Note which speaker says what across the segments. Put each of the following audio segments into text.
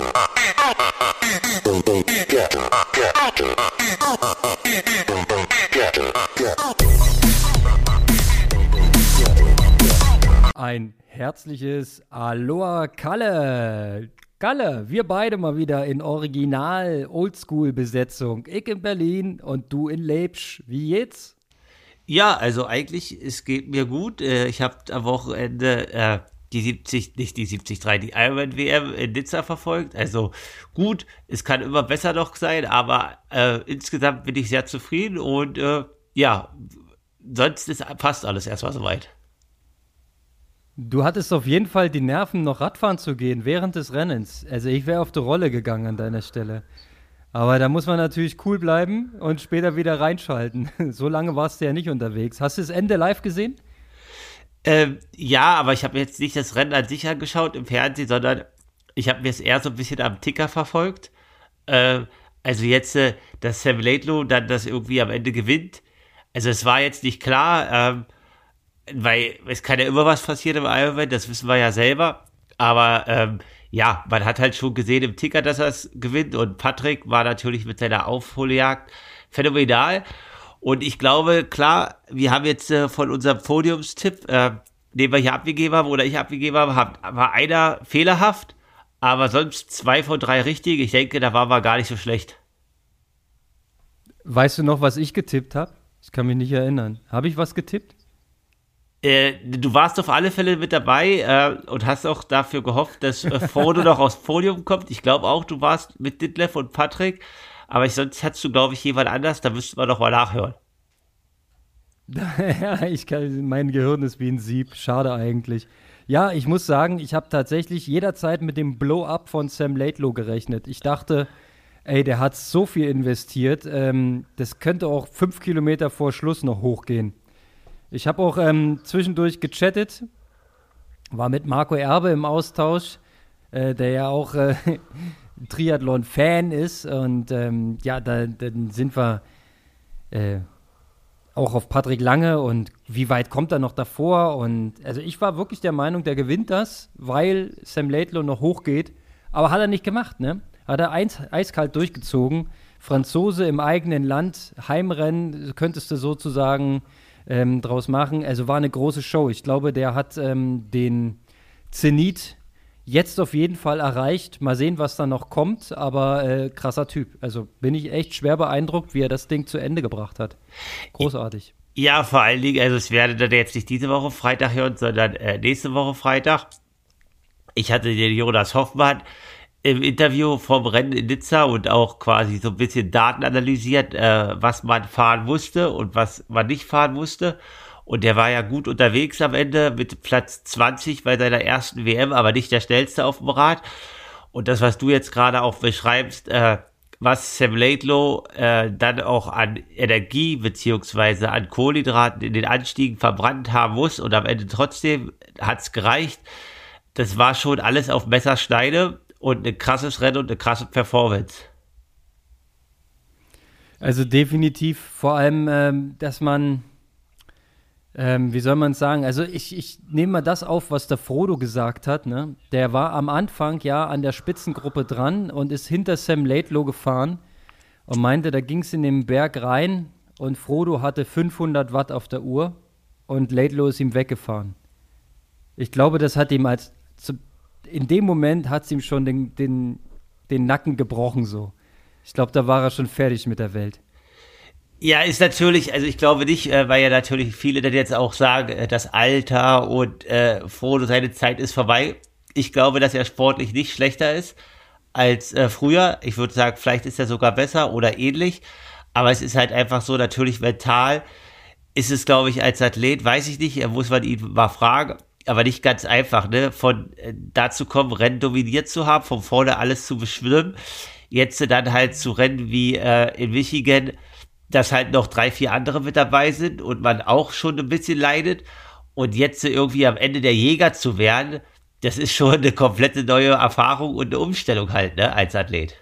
Speaker 1: Ein herzliches Aloha Kalle. Kalle, wir beide mal wieder in Original Oldschool-Besetzung. Ich in Berlin und du in Leipzig. Wie geht's?
Speaker 2: Ja, also eigentlich, es geht mir gut. Ich habe am Wochenende die 73, die Ironman-WM in Nizza verfolgt. Also gut, es kann immer besser noch sein, aber insgesamt bin ich sehr zufrieden und ja, sonst ist fast alles erstmal soweit.
Speaker 1: Du hattest auf jeden Fall die Nerven, noch Radfahren zu gehen während des Rennens. Also ich wäre auf die Rolle gegangen an deiner Stelle. Aber da muss man natürlich cool bleiben und später wieder reinschalten. So lange warst du ja nicht unterwegs. Hast du das Ende live gesehen?
Speaker 2: Ja, aber ich habe jetzt nicht das Rennen an sich angeschaut im Fernsehen, sondern ich habe mir es eher so ein bisschen am Ticker verfolgt. Also jetzt, dass Sam Laidlow dann das irgendwie am Ende gewinnt. Also es war jetzt nicht klar, weil es kann ja immer was passieren im Ironman, das wissen wir ja selber. Aber ja, man hat halt schon gesehen im Ticker, dass er es gewinnt. Und Patrick war natürlich mit seiner Aufholjagd phänomenal. Und ich glaube, klar, wir haben jetzt von unserem Podiumstipp, den wir hier abgegeben haben oder ich abgegeben habe, war einer fehlerhaft, aber sonst 2 von 3 richtig. Ich denke, da waren wir gar nicht so schlecht.
Speaker 1: Weißt du noch, was ich getippt habe? Ich kann mich nicht erinnern. Habe ich was getippt?
Speaker 2: Du warst auf alle Fälle mit dabei und hast auch dafür gehofft, dass Frodo noch aufs Podium kommt. Ich glaube auch, du warst mit Ditlev und Patrick, aber sonst hattest du, glaube ich, jemand anders. Da müssten wir noch mal nachhören.
Speaker 1: Ja, mein Gehirn ist wie ein Sieb. Schade eigentlich. Ja, ich muss sagen, ich habe tatsächlich jederzeit mit dem Blow-up von Sam Laidlow gerechnet. Ich dachte, ey, der hat so viel investiert, das könnte auch 5 Kilometer vor Schluss noch hochgehen. Ich habe auch zwischendurch gechattet, war mit Marco Erbe im Austausch, der ja auch Triathlon-Fan ist. Und ja, dann sind wir auch auf Patrick Lange und wie weit kommt er noch davor. Und also ich war wirklich der Meinung, der gewinnt das, weil Sam Laidlow noch hochgeht. Aber hat er nicht gemacht, ne? Hat er eiskalt durchgezogen. Franzose im eigenen Land, Heimrennen, könntest du sozusagen draus machen. Also war eine große Show. Ich glaube, der hat den Zenit jetzt auf jeden Fall erreicht. Mal sehen, was da noch kommt, aber krasser Typ. Also bin ich echt schwer beeindruckt, wie er das Ding zu Ende gebracht hat. Großartig.
Speaker 2: Ja, vor allen Dingen, also es werde dann jetzt nicht diese Woche Freitag hören, sondern nächste Woche Freitag. Ich hatte den Jonas Hoffmann im Interview vom Rennen in Nizza und auch quasi so ein bisschen Daten analysiert, was man fahren musste und was man nicht fahren musste. Und der war ja gut unterwegs am Ende mit Platz 20 bei seiner ersten WM, aber nicht der schnellste auf dem Rad. Und das, was du jetzt gerade auch beschreibst, was Sam Laidlow dann auch an Energie beziehungsweise an Kohlenhydraten in den Anstiegen verbrannt haben muss und am Ende trotzdem hat's gereicht. Das war schon alles auf Messerschneide. Und ein krasses Rennen und eine krasse Performance.
Speaker 1: Also definitiv, vor allem, dass man, wie soll man es sagen, also ich nehme mal das auf, was der Frodo gesagt hat, ne? Der war am Anfang ja an der Spitzengruppe dran und ist hinter Sam Laidlow gefahren und meinte, da ging es in den Berg rein und Frodo hatte 500 Watt auf der Uhr und Laidlow ist ihm weggefahren. Ich glaube, das hat ihm in dem Moment hat es ihm schon den Nacken gebrochen so. Ich glaube, da war er schon fertig mit der Welt.
Speaker 2: Ja, ist natürlich, also ich glaube nicht, weil ja natürlich viele dann jetzt auch sagen, das Alter und Frodo, seine Zeit ist vorbei. Ich glaube, dass er sportlich nicht schlechter ist als früher. Ich würde sagen, vielleicht ist er sogar besser oder ähnlich. Aber es ist halt einfach so, natürlich mental ist es, glaube ich, als Athlet, weiß ich nicht, muss man ihn mal fragen. Aber nicht ganz einfach, ne? Von dazu kommen, Rennen dominiert zu haben, von vorne alles zu beschwimmen. Jetzt dann halt zu Rennen wie in Michigan, dass halt noch 3, 4 andere mit dabei sind und man auch schon ein bisschen leidet. Und jetzt irgendwie am Ende der Jäger zu werden, das ist schon eine komplette neue Erfahrung und eine Umstellung halt, ne? Als Athlet.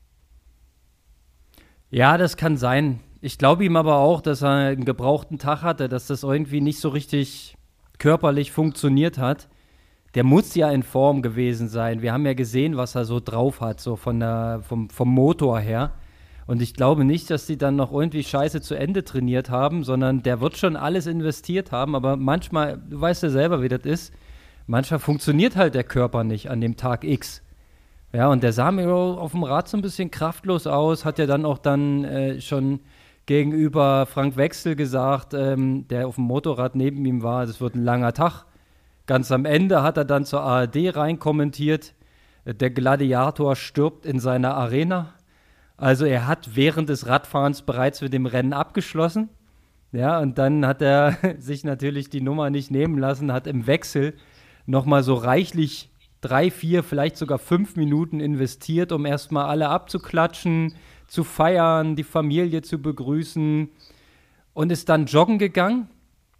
Speaker 1: Ja, das kann sein. Ich glaube ihm aber auch, dass er einen gebrauchten Tag hatte, dass das irgendwie nicht so richtig körperlich funktioniert hat. der muss ja in Form gewesen sein. Wir haben ja gesehen, was er so drauf hat, so vom Motor her. Und ich glaube nicht, dass die dann noch irgendwie Scheiße zu Ende trainiert haben, sondern der wird schon alles investiert haben. Aber manchmal, du weißt ja selber, wie das ist, manchmal funktioniert halt der Körper nicht an dem Tag X. Ja, und der sah mir auf dem Rad so ein bisschen kraftlos aus, hat ja dann auch schon gegenüber Frank Wechsel gesagt, der auf dem Motorrad neben ihm war, das wird ein langer Tag. Ganz am Ende hat er dann zur ARD rein kommentiert, der Gladiator stirbt in seiner Arena. Also er hat während des Radfahrens bereits mit dem Rennen abgeschlossen. Ja, und dann hat er sich natürlich die Nummer nicht nehmen lassen, hat im Wechsel nochmal so reichlich 3, 4, vielleicht sogar 5 Minuten investiert, um erstmal alle abzuklatschen, zu feiern, die Familie zu begrüßen und ist dann joggen gegangen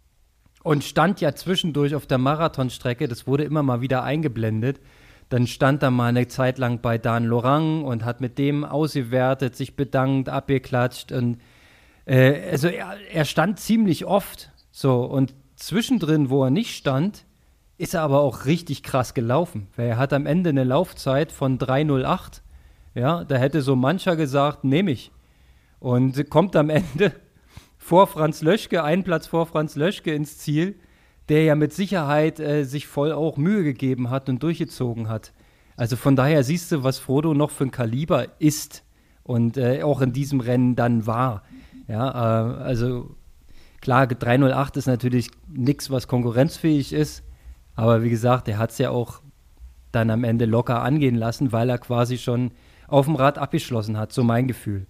Speaker 1: und stand ja zwischendurch auf der Marathonstrecke, das wurde immer mal wieder eingeblendet. Dann stand er mal eine Zeit lang bei Dan Lorang und hat mit dem ausgewertet, sich bedankt, abgeklatscht. Und also er stand ziemlich oft so. Und zwischendrin, wo er nicht stand, ist er aber auch richtig krass gelaufen. Weil er hat am Ende eine Laufzeit von 3:08. Ja, da hätte so mancher gesagt, nehme ich. Und kommt am Ende vor Franz Löschke, einen Platz vor Franz Löschke ins Ziel, der ja mit Sicherheit sich voll auch Mühe gegeben hat und durchgezogen hat. Also von daher siehst du, was Frodo noch für ein Kaliber ist und auch in diesem Rennen dann war. Ja, also klar, 3:08 ist natürlich nichts, was konkurrenzfähig ist, aber wie gesagt, er hat es ja auch dann am Ende locker angehen lassen, weil er quasi schon auf dem Rad abgeschlossen hat, so mein Gefühl.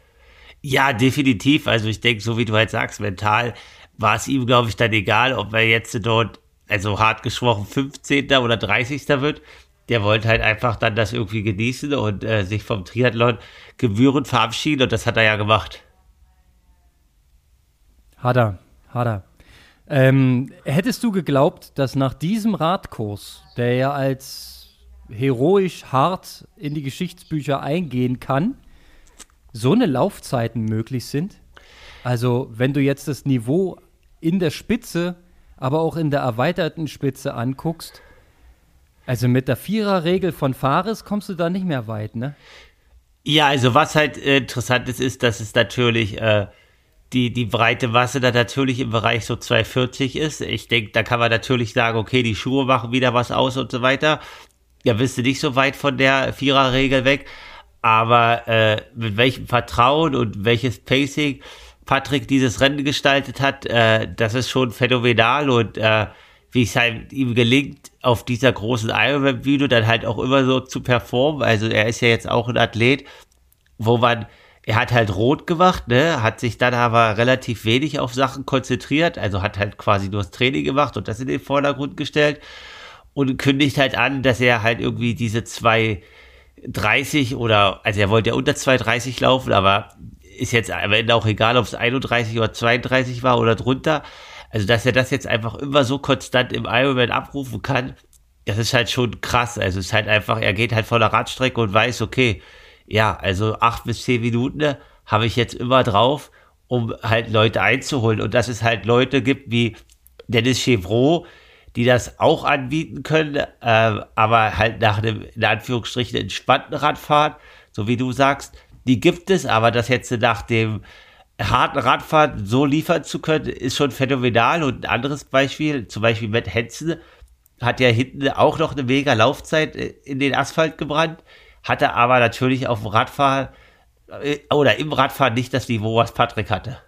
Speaker 2: Ja, definitiv. Also ich denke, so wie du halt sagst, mental war es ihm, glaube ich, dann egal, ob er jetzt dort, also hart gesprochen, 15. oder 30. wird. Der wollte halt einfach dann das irgendwie genießen und sich vom Triathlon gebührend verabschieden und das hat er ja gemacht.
Speaker 1: Hat er. Hättest du geglaubt, dass nach diesem Radkurs, der ja als heroisch hart in die Geschichtsbücher eingehen kann, so eine Laufzeiten möglich sind? Also wenn du jetzt das Niveau in der Spitze, aber auch in der erweiterten Spitze anguckst, also mit der Viererregel von Fares kommst du da nicht mehr weit, ne?
Speaker 2: Ja, also was halt interessant ist, dass es natürlich die breite Masse da natürlich im Bereich so 240 ist. Ich denke, da kann man natürlich sagen, okay, die Schuhe machen wieder was aus und so weiter. Ja, bist du nicht so weit von der Viererregel weg. Aber mit welchem Vertrauen und welches Pacing Patrick dieses Rennen gestaltet hat, das ist schon phänomenal und wie es halt ihm gelingt, auf dieser großen Ironman-Bühne dann halt auch immer so zu performen. Also er ist ja jetzt auch ein Athlet, er hat halt rot gemacht, ne, hat sich dann aber relativ wenig auf Sachen konzentriert, also hat halt quasi nur das Training gemacht und das in den Vordergrund gestellt und kündigt halt an, dass er halt irgendwie diese 2:30 also er wollte ja unter 2:30 laufen, aber ist jetzt am Ende auch egal, ob es 31 oder 32 war oder drunter. Also, dass er das jetzt einfach immer so konstant im Ironman abrufen kann, das ist halt schon krass. Also, es ist halt einfach, er geht halt von der Radstrecke und weiß, okay, ja, also 8 bis 10 Minuten habe ich jetzt immer drauf, um halt Leute einzuholen. Und dass es halt Leute gibt wie Dennis Chevreau, die das auch anbieten können, aber halt nach einem, in Anführungsstrichen, entspannten Radfahren, so wie du sagst, die gibt es, aber das jetzt nach dem harten Radfahren so liefern zu können, ist schon phänomenal. Und ein anderes Beispiel, zum Beispiel Matt Hansen, hat ja hinten auch noch eine mega Laufzeit in den Asphalt gebrannt, hatte aber natürlich auf dem Radfahren oder im Radfahren nicht das Niveau, was Patrick hatte.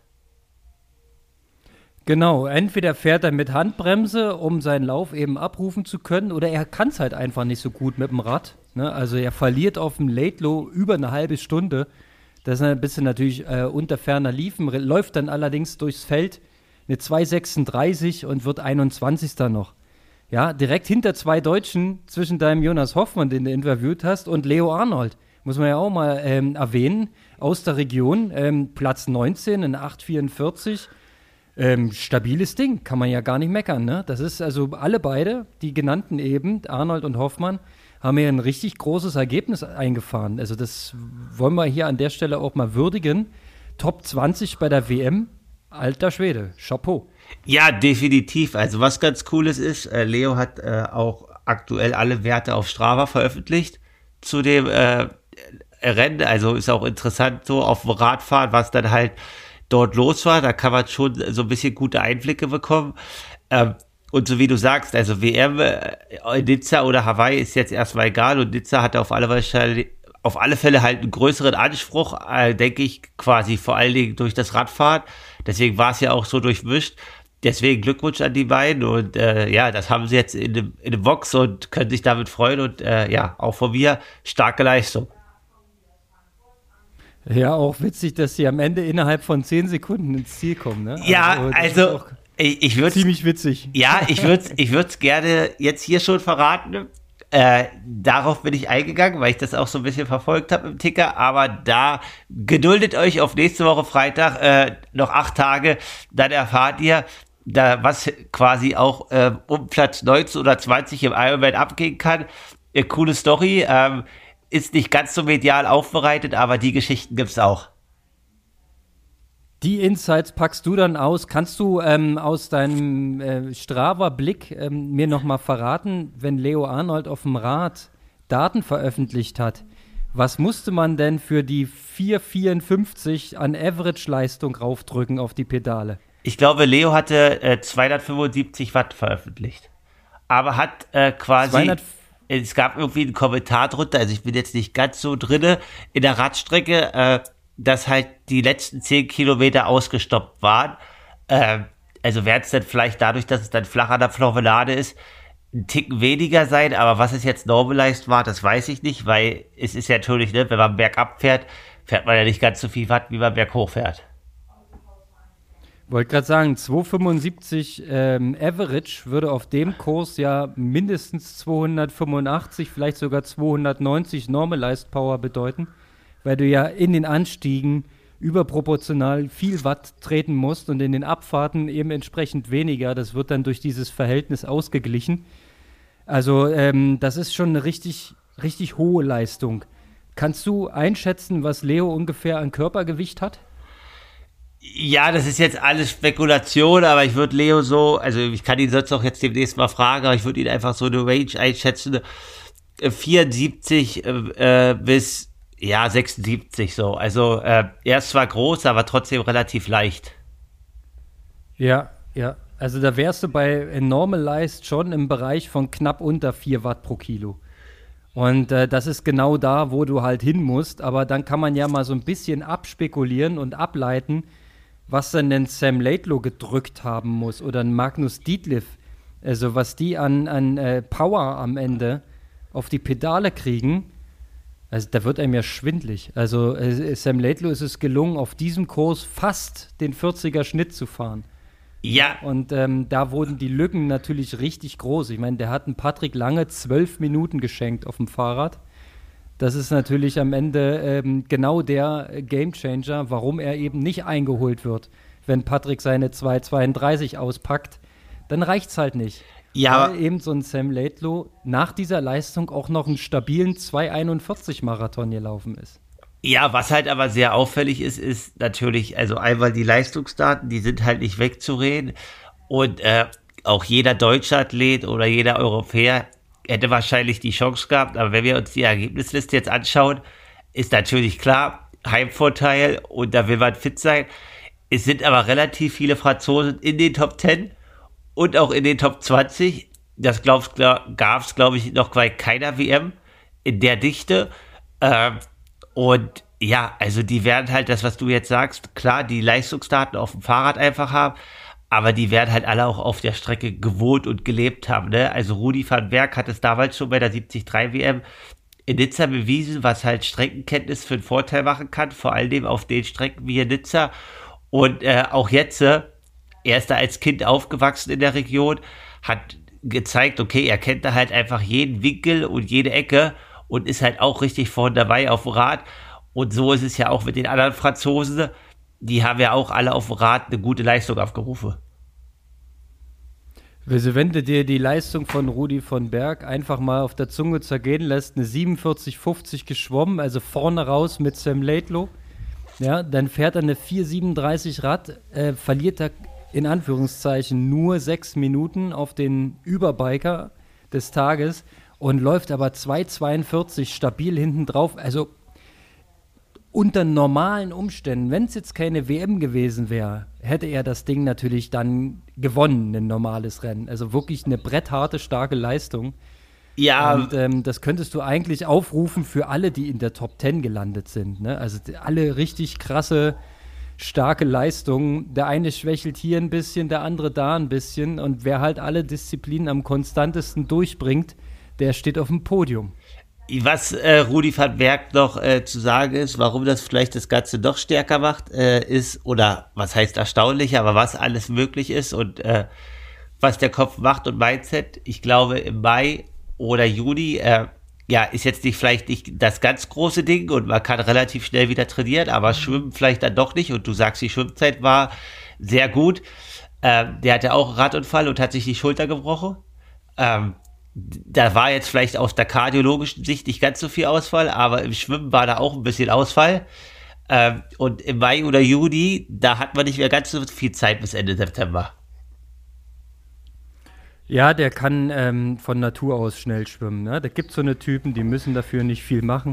Speaker 1: Genau, entweder fährt er mit Handbremse, um seinen Lauf eben abrufen zu können, oder er kann es halt einfach nicht so gut mit dem Rad. Ne? Also er verliert auf dem Laidlow über eine halbe Stunde. Das ist ein bisschen natürlich unter ferner Liefen, läuft dann allerdings durchs Feld eine 2:36 und wird 21. noch. Ja, direkt hinter 2 Deutschen, zwischen deinem Jonas Hoffmann, den du interviewt hast, und Leo Arnold. Muss man ja auch mal erwähnen, aus der Region, Platz 19 in 8:44. Stabiles Ding, kann man ja gar nicht meckern, ne? Das ist also alle beide, die genannten eben, Arnold und Hoffmann, haben hier ein richtig großes Ergebnis eingefahren. Also das wollen wir hier an der Stelle auch mal würdigen. Top 20 bei der WM, alter Schwede, Chapeau.
Speaker 2: Ja, definitiv. Also was ganz Cooles ist, Leo hat auch aktuell alle Werte auf Strava veröffentlicht zu dem Rennen. Also ist auch interessant so auf dem Radfahren, was dann halt dort los war. Da kann man schon so ein bisschen gute Einblicke bekommen. Und so wie du sagst, also WM in Nizza oder Hawaii ist jetzt erstmal egal und Nizza hatte auf alle Fälle halt einen größeren Anspruch, denke ich, quasi vor allen Dingen durch das Radfahren. Deswegen war es ja auch so durchmischt. Deswegen Glückwunsch an die beiden und das haben sie jetzt in dem Box und können sich damit freuen und auch von mir starke Leistung.
Speaker 1: Ja, auch witzig, dass sie am Ende innerhalb von 10 Sekunden ins Ziel kommen, ne?
Speaker 2: Ja, also ich würde
Speaker 1: ziemlich witzig.
Speaker 2: Ja, ich würde es gerne jetzt hier schon verraten. Darauf bin ich eingegangen, weil ich das auch so ein bisschen verfolgt habe im Ticker, aber da geduldet euch auf nächste Woche Freitag noch 8 Tage, dann erfahrt ihr, was quasi auch um Platz 19 oder 20 im Ironman abgehen kann. Coole Story, ist nicht ganz so medial aufbereitet, aber die Geschichten gibt's auch.
Speaker 1: Die Insights packst du dann aus. Kannst du aus deinem Strava-Blick mir nochmal verraten, wenn Leo Arnold auf dem Rad Daten veröffentlicht hat, was musste man denn für die 4,54 an Average-Leistung raufdrücken auf die Pedale?
Speaker 2: Ich glaube, Leo hatte 275 Watt veröffentlicht. Aber hat es gab irgendwie einen Kommentar drunter, also ich bin jetzt nicht ganz so drinne in der Radstrecke, dass halt die letzten 10 Kilometer ausgestoppt waren. Also werden es dann vielleicht dadurch, dass es dann flach an der Promenade ist, ein Ticken weniger sein, aber was es jetzt normalized war, das weiß ich nicht, weil es ist ja natürlich, ne, wenn man bergab fährt, fährt man ja nicht ganz so viel Watt, wie man berghoch fährt.
Speaker 1: Wollte gerade sagen, 275 Average würde auf dem Kurs ja mindestens 285, vielleicht sogar 290 Normalized Power bedeuten, weil du ja in den Anstiegen überproportional viel Watt treten musst und in den Abfahrten eben entsprechend weniger. Das wird dann durch dieses Verhältnis ausgeglichen. Also das ist schon eine richtig, richtig hohe Leistung. Kannst du einschätzen, was Leo ungefähr an Körpergewicht hat?
Speaker 2: Ja, das ist jetzt alles Spekulation, aber ich würde Leo also ich kann ihn sonst auch jetzt demnächst mal fragen, aber ich würde ihn einfach so eine Range einschätzen, 74 bis 76 so. Also er ist zwar groß, aber trotzdem relativ leicht.
Speaker 1: Ja. Also da wärst du bei Normalized schon im Bereich von knapp unter 4 Watt pro Kilo. Und das ist genau da, wo du halt hin musst. Aber dann kann man ja mal so ein bisschen abspekulieren und ableiten, was denn Sam Laidlow gedrückt haben muss oder ein Magnus Ditlev. Also was die an Power am Ende auf die Pedale kriegen, also da wird einem ja schwindlig. Also Sam Laidlow ist es gelungen, auf diesem Kurs fast den 40er Schnitt zu fahren.
Speaker 2: Ja.
Speaker 1: Und da wurden die Lücken natürlich richtig groß. Ich meine, der hat Patrick Lange 12 Minuten geschenkt auf dem Fahrrad. Das ist natürlich am Ende genau der Gamechanger, warum er eben nicht eingeholt wird. Wenn Patrick seine 2,32 auspackt, dann reicht's halt nicht. Ja. Weil eben so ein Sam Laidlow nach dieser Leistung auch noch einen stabilen 2,41 Marathon gelaufen ist.
Speaker 2: Ja, was halt aber sehr auffällig ist natürlich, also einmal die Leistungsdaten, die sind halt nicht wegzureden und auch jeder deutsche Athlet oder jeder Europäer hätte wahrscheinlich die Chance gehabt, aber wenn wir uns die Ergebnisliste jetzt anschauen, ist natürlich klar, Heimvorteil und da will man fit sein. Es sind aber relativ viele Franzosen in den Top 10 und auch in den Top 20. Das gab es, glaube ich, noch bei keiner WM in der Dichte. Und ja, also die werden halt das, was du jetzt sagst, klar, die Leistungsdaten auf dem Fahrrad einfach haben, aber die werden halt alle auch auf der Strecke gewohnt und gelebt haben, ne? Also Rudi van Berg hat es damals schon bei der 73 WM in Nizza bewiesen, was halt Streckenkenntnis für einen Vorteil machen kann, vor allem auf den Strecken wie in Nizza. Und auch jetzt, er ist da als Kind aufgewachsen in der Region, hat gezeigt, okay, er kennt da halt einfach jeden Winkel und jede Ecke und ist halt auch richtig vorne dabei auf dem Rad. Und so ist es ja auch mit den anderen Franzosen. Die haben ja auch alle auf dem Rad eine gute Leistung aufgerufen.
Speaker 1: Also wenn du dir die Leistung von Rudi von Berg einfach mal auf der Zunge zergehen lässt, eine 47,50 geschwommen, also vorne raus mit Sam Laidlow, ja, dann fährt er eine 4,37 Rad, verliert er in Anführungszeichen nur 6 Minuten auf den Überbiker, des Tages und läuft aber 2,42 stabil hinten drauf. Also unter normalen Umständen, wenn es jetzt keine WM gewesen wäre, hätte er das Ding natürlich dann gewonnen, ein normales Rennen. Also wirklich eine brettharte, starke Leistung.
Speaker 2: Ja.
Speaker 1: Und das könntest du eigentlich aufrufen für alle, die in der Top 10 gelandet sind. Ne? Also alle richtig krasse, starke Leistungen. Der eine schwächelt hier ein bisschen, der andere da ein bisschen. Und wer halt alle Disziplinen am konstantesten durchbringt, der steht auf dem Podium.
Speaker 2: Was Rudi van Berg noch zu sagen ist, warum das vielleicht das Ganze noch stärker macht, ist, oder was heißt erstaunlich, aber was alles möglich ist und was der Kopf macht und Mindset. Ich glaube, im Mai oder Juni, ist jetzt vielleicht nicht das ganz große Ding und man kann relativ schnell wieder trainieren, aber Schwimmen vielleicht dann doch nicht. Und du sagst, die Schwimmzeit war sehr gut. Der hatte auch einen Radunfall und hat sich die Schulter gebrochen. Da war jetzt vielleicht aus der kardiologischen Sicht nicht ganz so viel Ausfall, aber im Schwimmen war da auch ein bisschen Ausfall. Und im Mai oder Juni, da hat man nicht mehr ganz so viel Zeit bis Ende September.
Speaker 1: Ja, der kann von Natur aus schnell schwimmen. Ne? Da gibt es so eine Typen, die müssen dafür nicht viel machen.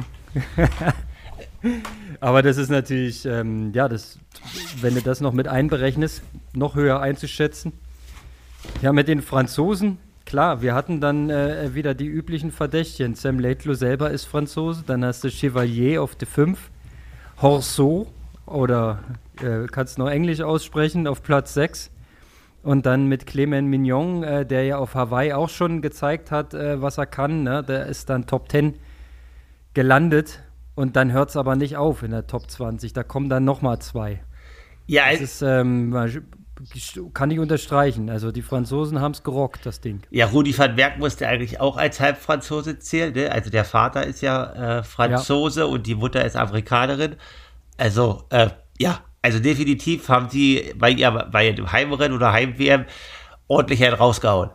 Speaker 1: Aber das ist natürlich, wenn du das noch mit einberechnest, noch höher einzuschätzen. Ja, mit den Franzosen, klar, wir hatten dann wieder die üblichen Verdächtigen. Sam Laidlow selber ist Franzose, dann hast du Chevalier auf der 5, Horseau, oder kannst du noch Englisch aussprechen, auf Platz 6. Und dann mit Clement Mignon, der ja auf Hawaii auch schon gezeigt hat, was er kann. Ne? Der ist dann Top 10 gelandet und dann hört es aber nicht auf in der Top 20. Da kommen dann nochmal 2.
Speaker 2: Ja,
Speaker 1: das ist, kann ich unterstreichen. Also die Franzosen haben es gerockt, das Ding.
Speaker 2: Ja, Rudi van Berg musste eigentlich auch als Halbfranzose zählen. Ne? Also der Vater ist ja Franzose und die Mutter ist Amerikanerin. Also, Also definitiv haben sie bei dem Heimrennen oder Heim-WM ordentlich einen rausgehauen.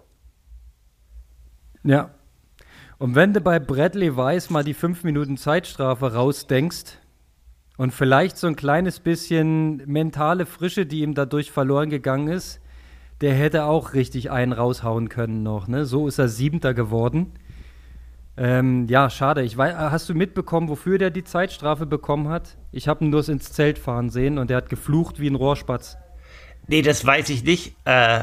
Speaker 1: Ja. Und wenn du bei Bradley Weiss mal die 5 Minuten Zeitstrafe rausdenkst und vielleicht so ein kleines bisschen mentale Frische, die ihm dadurch verloren gegangen ist, der hätte auch richtig einen raushauen können noch. Ne? So ist er 7. geworden. Schade. Hast du mitbekommen, wofür der die Zeitstrafe bekommen hat? Ich habe ihn nur ins Zelt fahren sehen und der hat geflucht wie ein Rohrspatz.
Speaker 2: Nee, das weiß ich nicht.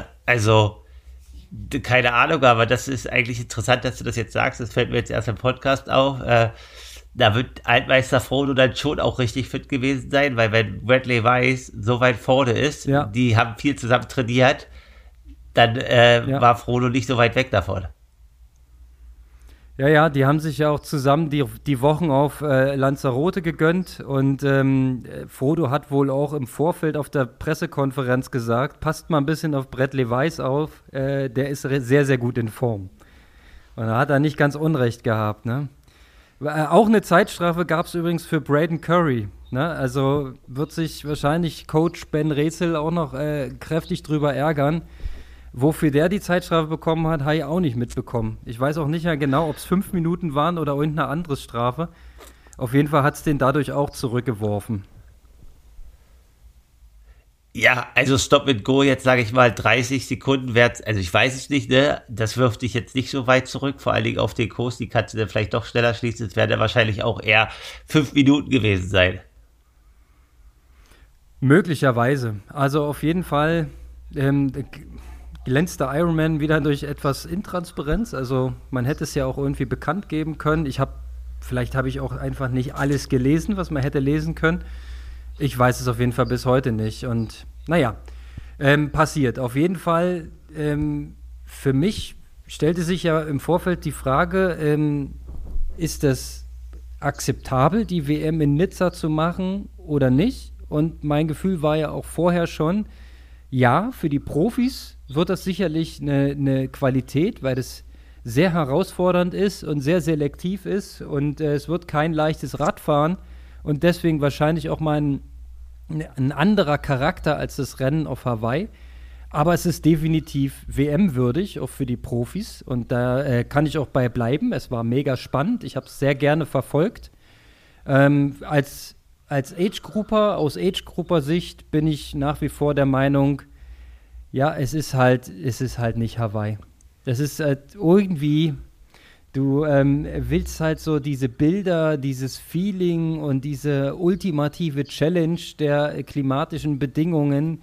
Speaker 2: Keine Ahnung, aber das ist eigentlich interessant, dass du das jetzt sagst. Das fällt mir jetzt erst im Podcast auf. Da wird Altmeister Frodo dann schon auch richtig fit gewesen sein, weil wenn Bradley Weiss so weit vorne ist, die haben viel zusammen trainiert, dann war Frodo nicht so weit weg davon.
Speaker 1: Ja, die haben sich ja auch zusammen die Wochen auf Lanzarote gegönnt und Frodo hat wohl auch im Vorfeld auf der Pressekonferenz gesagt, passt mal ein bisschen auf Bradley Weiss auf, der ist sehr, sehr gut in Form. Und da hat er nicht ganz Unrecht gehabt, ne? Auch eine Zeitstrafe gab es übrigens für Braden Curry, ne? Also wird sich wahrscheinlich Coach Ben Rätsel auch noch kräftig drüber ärgern. Wofür der die Zeitstrafe bekommen hat, habe ich auch nicht mitbekommen. Ich weiß auch nicht mehr genau, ob es 5 Minuten waren oder irgendeine andere Strafe. Auf jeden Fall hat es den dadurch auch zurückgeworfen.
Speaker 2: Ja, also Stop and Go jetzt, sage ich mal, 30 Sekunden wert. Also ich weiß es nicht, ne? Das wirft dich jetzt nicht so weit zurück, vor allen Dingen auf den Kurs. Die kannst du dann vielleicht doch schneller schließen. Es werden ja wahrscheinlich auch eher 5 Minuten gewesen sein.
Speaker 1: Möglicherweise. Also auf jeden Fall glänzt der Ironman wieder durch etwas Intransparenz. Also man hätte es ja auch irgendwie bekannt geben können. Vielleicht habe ich auch einfach nicht alles gelesen, was man hätte lesen können. Ich weiß es auf jeden Fall bis heute nicht. Und passiert. Auf jeden Fall, für mich stellte sich ja im Vorfeld die Frage, ist das akzeptabel, die WM in Nizza zu machen oder nicht? Und mein Gefühl war ja auch vorher schon, ja, für die Profis wird das sicherlich eine Qualität, weil das sehr herausfordernd ist und sehr selektiv ist und es wird kein leichtes Radfahren und deswegen wahrscheinlich auch mal ein anderer Charakter als das Rennen auf Hawaii. Aber es ist definitiv WM-würdig, auch für die Profis und da kann ich auch bei bleiben. Es war mega spannend, ich habe es sehr gerne verfolgt. Als Age-Grupper, aus Age-Grupper-Sicht bin ich nach wie vor der Meinung, ja, es ist halt nicht Hawaii. Das ist irgendwie, du willst halt so diese Bilder, dieses Feeling und diese ultimative Challenge der klimatischen Bedingungen.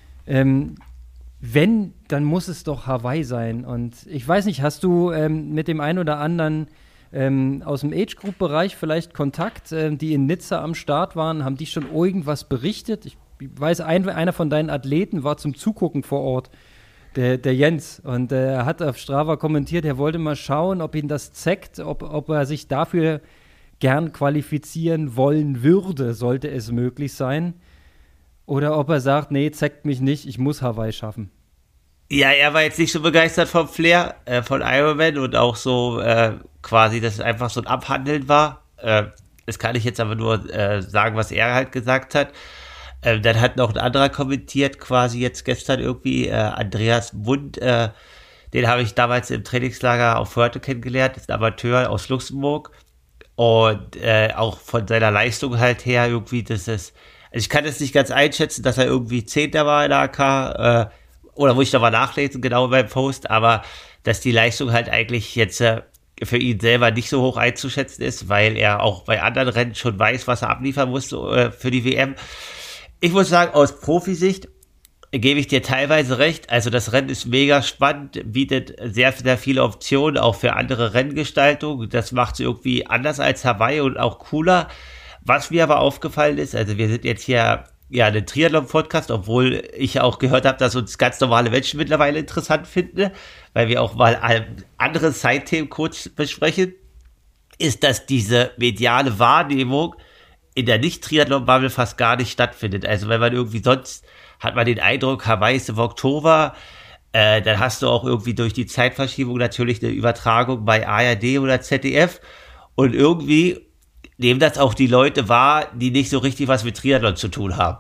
Speaker 1: Wenn, dann muss es doch Hawaii sein. Und ich weiß nicht, hast du mit dem einen oder anderen aus dem Age-Group-Bereich vielleicht Kontakt, die in Nizza am Start waren? Haben die schon irgendwas berichtet? Ich weiß, einer von deinen Athleten war zum Zugucken vor Ort, der Jens. Und er hat auf Strava kommentiert, er wollte mal schauen, ob ihn das zeckt, ob er sich dafür gern qualifizieren wollen würde, sollte es möglich sein. Oder ob er sagt, nee, zeckt mich nicht, ich muss Hawaii schaffen.
Speaker 2: Ja, er war jetzt nicht so begeistert vom Flair von Ironman und auch so quasi, dass es einfach so ein Abhandeln war. Das kann ich jetzt aber nur sagen, was er halt gesagt hat. Dann hat noch ein anderer kommentiert, quasi jetzt gestern irgendwie, Andreas Mund, den habe ich damals im Trainingslager auf Fuerte kennengelernt, ist ein Amateur aus Luxemburg und auch von seiner Leistung halt her irgendwie, das ist, also ich kann es nicht ganz einschätzen, dass er irgendwie Zehnter war in der AK, oder muss ich da mal nachlesen, genau beim Post, aber dass die Leistung halt eigentlich jetzt für ihn selber nicht so hoch einzuschätzen ist, weil er auch bei anderen Rennen schon weiß, was er abliefern muss für die WM. Ich muss sagen, aus Profisicht gebe ich dir teilweise recht. Also das Rennen ist mega spannend, bietet sehr, sehr viele Optionen, auch für andere Renngestaltungen. Das macht es irgendwie anders als Hawaii und auch cooler. Was mir aber aufgefallen ist, also wir sind jetzt hier ja ein Triathlon-Podcast, obwohl ich auch gehört habe, dass uns ganz normale Menschen mittlerweile interessant finden, weil wir auch mal andere Side-Themen kurz besprechen, ist, dass diese mediale Wahrnehmung in der Nicht-Triathlon-Bubble fast gar nicht stattfindet. Also wenn man irgendwie sonst, hat man den Eindruck, Hawaii ist im Oktober, dann hast du auch irgendwie durch die Zeitverschiebung natürlich eine Übertragung bei ARD oder ZDF und irgendwie nehmen das auch die Leute wahr, die nicht so richtig was mit Triathlon zu tun haben.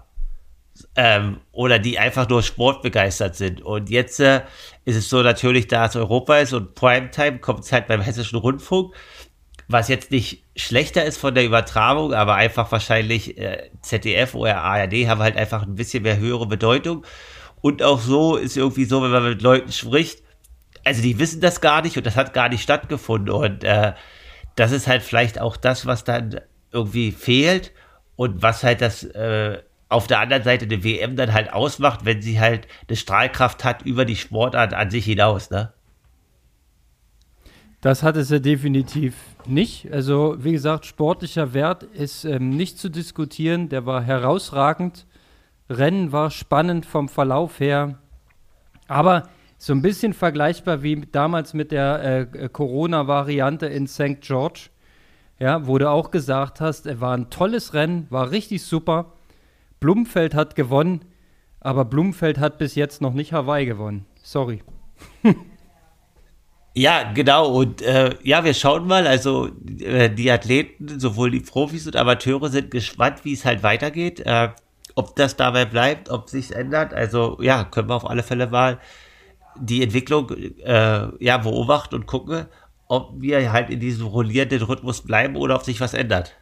Speaker 2: Oder die einfach nur sportbegeistert sind. Und jetzt ist es so natürlich, da es Europa ist und Primetime, kommt es halt beim Hessischen Rundfunk, was jetzt nicht schlechter ist von der Übertragung, aber einfach wahrscheinlich ZDF oder ARD haben halt einfach ein bisschen mehr höhere Bedeutung. Und auch so ist irgendwie so, wenn man mit Leuten spricht, also die wissen das gar nicht und das hat gar nicht stattgefunden. Und das ist halt vielleicht auch das, was dann irgendwie fehlt und was halt das auf der anderen Seite eine WM dann halt ausmacht, wenn sie halt eine Strahlkraft hat über die Sportart an sich hinaus, ne?
Speaker 1: Das hat es ja definitiv nicht. Also wie gesagt, sportlicher Wert ist nicht zu diskutieren. Der war herausragend. Rennen war spannend vom Verlauf her. Aber so ein bisschen vergleichbar wie damals mit der Corona-Variante in St. George, ja, wo du auch gesagt hast, es war ein tolles Rennen, war richtig super. Blumfeld hat gewonnen, aber Blumfeld hat bis jetzt noch nicht Hawaii gewonnen. Sorry.
Speaker 2: Ja, genau. Und ja, wir schauen mal. Also die Athleten, sowohl die Profis und Amateure, sind gespannt, wie es halt weitergeht. Ob das dabei bleibt, ob sich's ändert. Also ja, können wir auf alle Fälle mal die Entwicklung beobachten und gucken, ob wir halt in diesem rollierenden Rhythmus bleiben oder ob sich was ändert.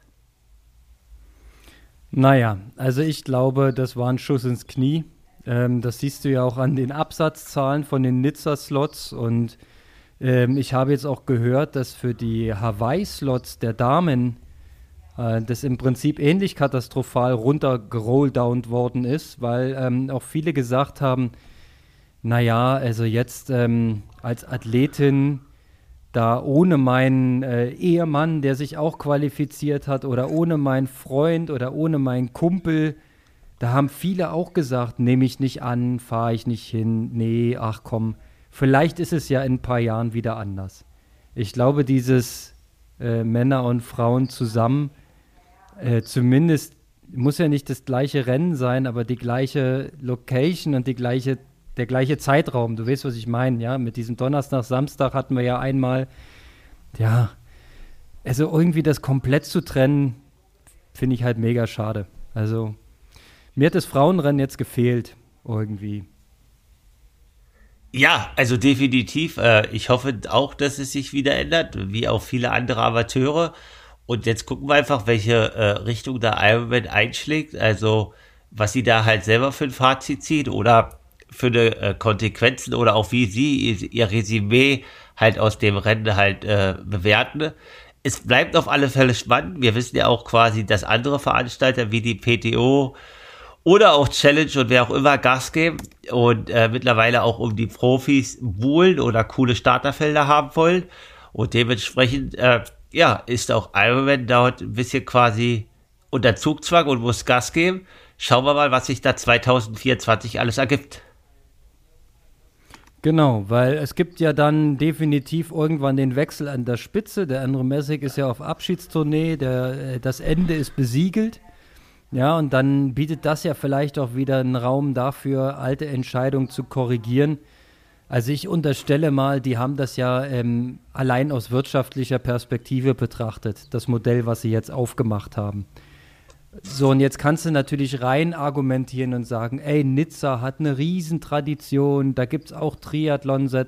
Speaker 1: Naja, also ich glaube, das war ein Schuss ins Knie. Das siehst du ja auch an den Absatzzahlen von den Nizza-Slots. Und ich habe jetzt auch gehört, dass für die Hawaii-Slots der Damen das im Prinzip ähnlich katastrophal runtergerolldowned worden ist, weil auch viele gesagt haben, naja, also jetzt als Athletin da ohne meinen Ehemann, der sich auch qualifiziert hat, oder ohne meinen Freund oder ohne meinen Kumpel, da haben viele auch gesagt, nehme ich nicht an, fahre ich nicht hin, nee, ach komm, vielleicht ist es ja in ein paar Jahren wieder anders. Ich glaube, dieses Männer und Frauen zusammen, zumindest muss ja nicht das gleiche Rennen sein, aber die gleiche Location und der gleiche Zeitraum. Du weißt, was ich meine, ja? Mit diesem Donnerstag, Samstag hatten wir ja einmal, ja, also irgendwie das komplett zu trennen, finde ich halt mega schade. Also mir hat das Frauenrennen jetzt gefehlt, irgendwie.
Speaker 2: Ja, also definitiv. Ich hoffe auch, dass es sich wieder ändert, wie auch viele andere Amateure. Und jetzt gucken wir einfach, welche Richtung der Ironman einschlägt. Also was sie da halt selber für ein Fazit zieht oder für eine Konsequenzen oder auch wie sie ihr Resümee halt aus dem Rennen halt bewerten. Es bleibt auf alle Fälle spannend. Wir wissen ja auch quasi, dass andere Veranstalter wie die PTO oder auch Challenge und wer auch immer Gas geben und mittlerweile auch um die Profis buhlen oder coole Starterfelder haben wollen. Und dementsprechend, ist auch Ironman dort ein bisschen quasi unter Zugzwang und muss Gas geben. Schauen wir mal, was sich da 2024 alles ergibt.
Speaker 1: Genau, weil es gibt ja dann definitiv irgendwann den Wechsel an der Spitze. Der Andrew Messick ist ja auf Abschiedstournee, das Ende ist besiegelt. Ja, und dann bietet das ja vielleicht auch wieder einen Raum dafür, alte Entscheidungen zu korrigieren. Also ich unterstelle mal, die haben das ja allein aus wirtschaftlicher Perspektive betrachtet, das Modell, was sie jetzt aufgemacht haben. So, und jetzt kannst du natürlich rein argumentieren und sagen, ey, Nizza hat eine Riesentradition, da gibt es auch Triathlon seit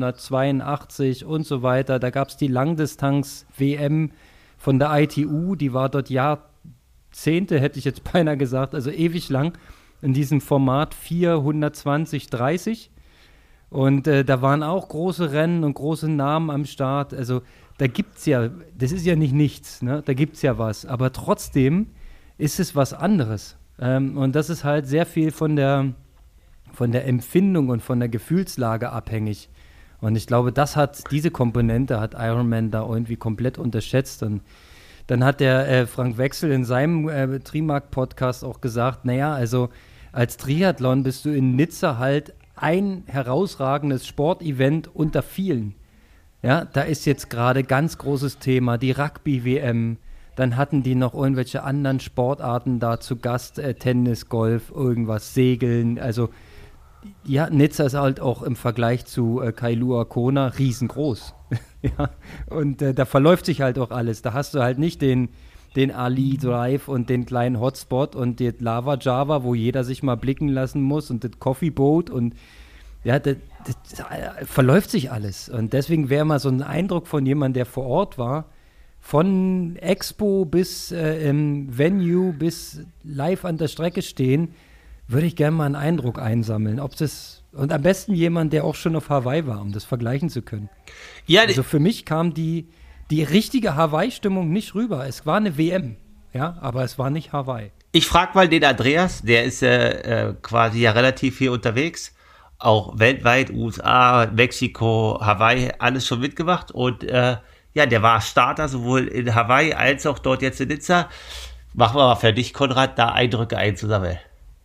Speaker 1: 1982 und so weiter. Da gab es die Langdistanz-WM von der ITU, die war dort Jahrzehnte, hätte ich jetzt beinahe gesagt, also ewig lang, in diesem Format 420, 30. Und da waren auch große Rennen und große Namen am Start. Also da gibt es ja, das ist ja nicht nichts, ne? Da gibt es ja was, aber trotzdem ist es was anderes. Und das ist halt sehr viel von der Empfindung und von der Gefühlslage abhängig. Und ich glaube, diese Komponente hat Ironman da irgendwie komplett unterschätzt. Und dann hat der Frank Wechsel in seinem Trimark-Podcast auch gesagt, naja, also als Triathlon bist du in Nizza halt ein herausragendes Sportevent unter vielen. Ja, da ist jetzt gerade ganz großes Thema, die Rugby-WM. Dann hatten die noch irgendwelche anderen Sportarten da zu Gast, Tennis, Golf, irgendwas, Segeln. Also ja, Nizza ist halt auch im Vergleich zu Kailua Kona riesengroß. Ja, und da verläuft sich halt auch alles. Da hast du halt nicht den Ali Drive und den kleinen Hotspot und den Lava Java, wo jeder sich mal blicken lassen muss und das Coffee Boat und ja, das verläuft sich alles. Und deswegen wäre mal so ein Eindruck von jemandem, der vor Ort war, von Expo bis im Venue bis live an der Strecke stehen, würde ich gerne mal einen Eindruck einsammeln. Und am besten jemand, der auch schon auf Hawaii war, um das vergleichen zu können. Ja, also für mich kam die richtige Hawaii-Stimmung nicht rüber. Es war eine WM, ja, aber es war nicht Hawaii.
Speaker 2: Ich frage mal den Andreas, der ist quasi ja relativ viel unterwegs, auch weltweit, USA, Mexiko, Hawaii, alles schon mitgemacht und der war Starter sowohl in Hawaii als auch dort jetzt in Nizza. Machen wir mal für dich, Konrad, da Eindrücke einzusammeln.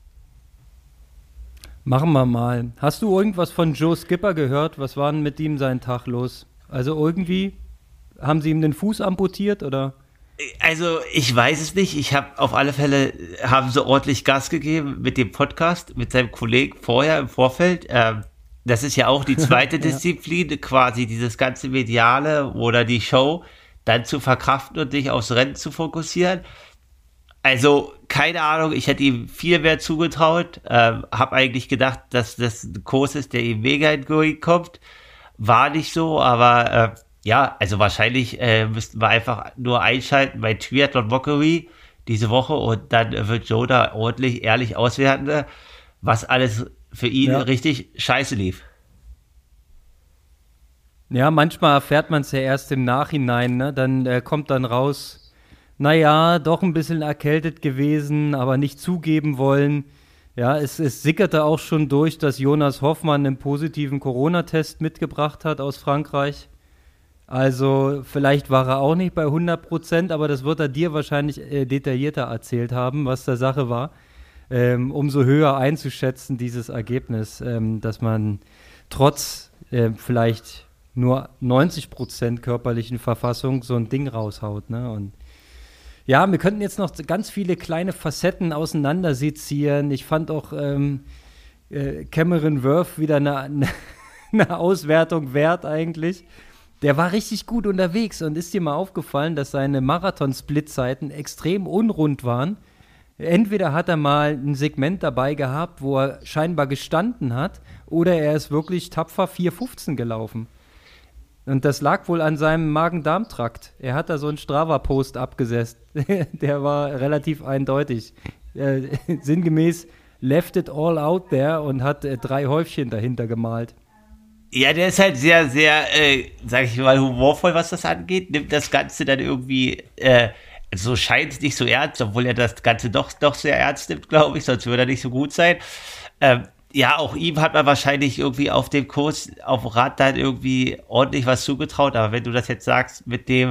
Speaker 1: Machen wir mal. Hast du irgendwas von Joe Skipper gehört? Was war denn mit ihm sein Tag los? Also irgendwie, haben sie ihm den Fuß amputiert oder?
Speaker 2: Also ich weiß es nicht. Ich habe auf alle Fälle, haben sie ordentlich Gas gegeben mit dem Podcast, mit seinem Kollegen vorher im Vorfeld. Das ist ja auch die zweite Disziplin, quasi dieses ganze Mediale oder die Show dann zu verkraften und dich aufs Rennen zu fokussieren. Also, keine Ahnung, ich hätte ihm viel mehr zugetraut. Habe eigentlich gedacht, dass das ein Kurs ist, der ihm mega entgegenkommt. War nicht so, aber also wahrscheinlich müssten wir einfach nur einschalten bei Triathlon Mockery diese Woche und dann wird Joe da ordentlich ehrlich auswerten, was alles für ihn richtig scheiße lief.
Speaker 1: Ja, manchmal erfährt man es ja erst im Nachhinein, ne? Dann kommt dann raus, naja, doch ein bisschen erkältet gewesen, aber nicht zugeben wollen. Ja, es sickerte auch schon durch, dass Jonas Hoffmann einen positiven Corona-Test mitgebracht hat aus Frankreich. Also vielleicht war er auch nicht bei 100%, aber das wird er dir wahrscheinlich detaillierter erzählt haben, was der Sache war. Umso höher einzuschätzen, dieses Ergebnis, dass man trotz vielleicht nur 90% körperlichen Verfassung so ein Ding raushaut. Ne? Und ja, wir könnten jetzt noch ganz viele kleine Facetten auseinandersezieren. Ich fand auch Cameron Worth wieder eine Auswertung wert eigentlich. Der war richtig gut unterwegs und ist dir mal aufgefallen, dass seine Marathon-Split-Zeiten extrem unrund waren. Entweder hat er mal ein Segment dabei gehabt, wo er scheinbar gestanden hat, oder er ist wirklich tapfer 4,15 gelaufen. Und das lag wohl an seinem Magen-Darm-Trakt. Er hat da so einen Strava-Post abgesetzt. Der war relativ eindeutig. Sinngemäß, left it all out there und hat 3 Häufchen dahinter gemalt.
Speaker 2: Ja, der ist halt sehr, sehr, sag ich mal, humorvoll, was das angeht. Nimmt das Ganze dann irgendwie, so scheint es nicht so ernst, obwohl er das Ganze doch sehr ernst nimmt, glaube ich, sonst würde er nicht so gut sein. Ja, auch ihm hat man wahrscheinlich irgendwie auf dem Kurs, auf dem Rad dann irgendwie ordentlich was zugetraut, aber wenn du das jetzt sagst mit dem,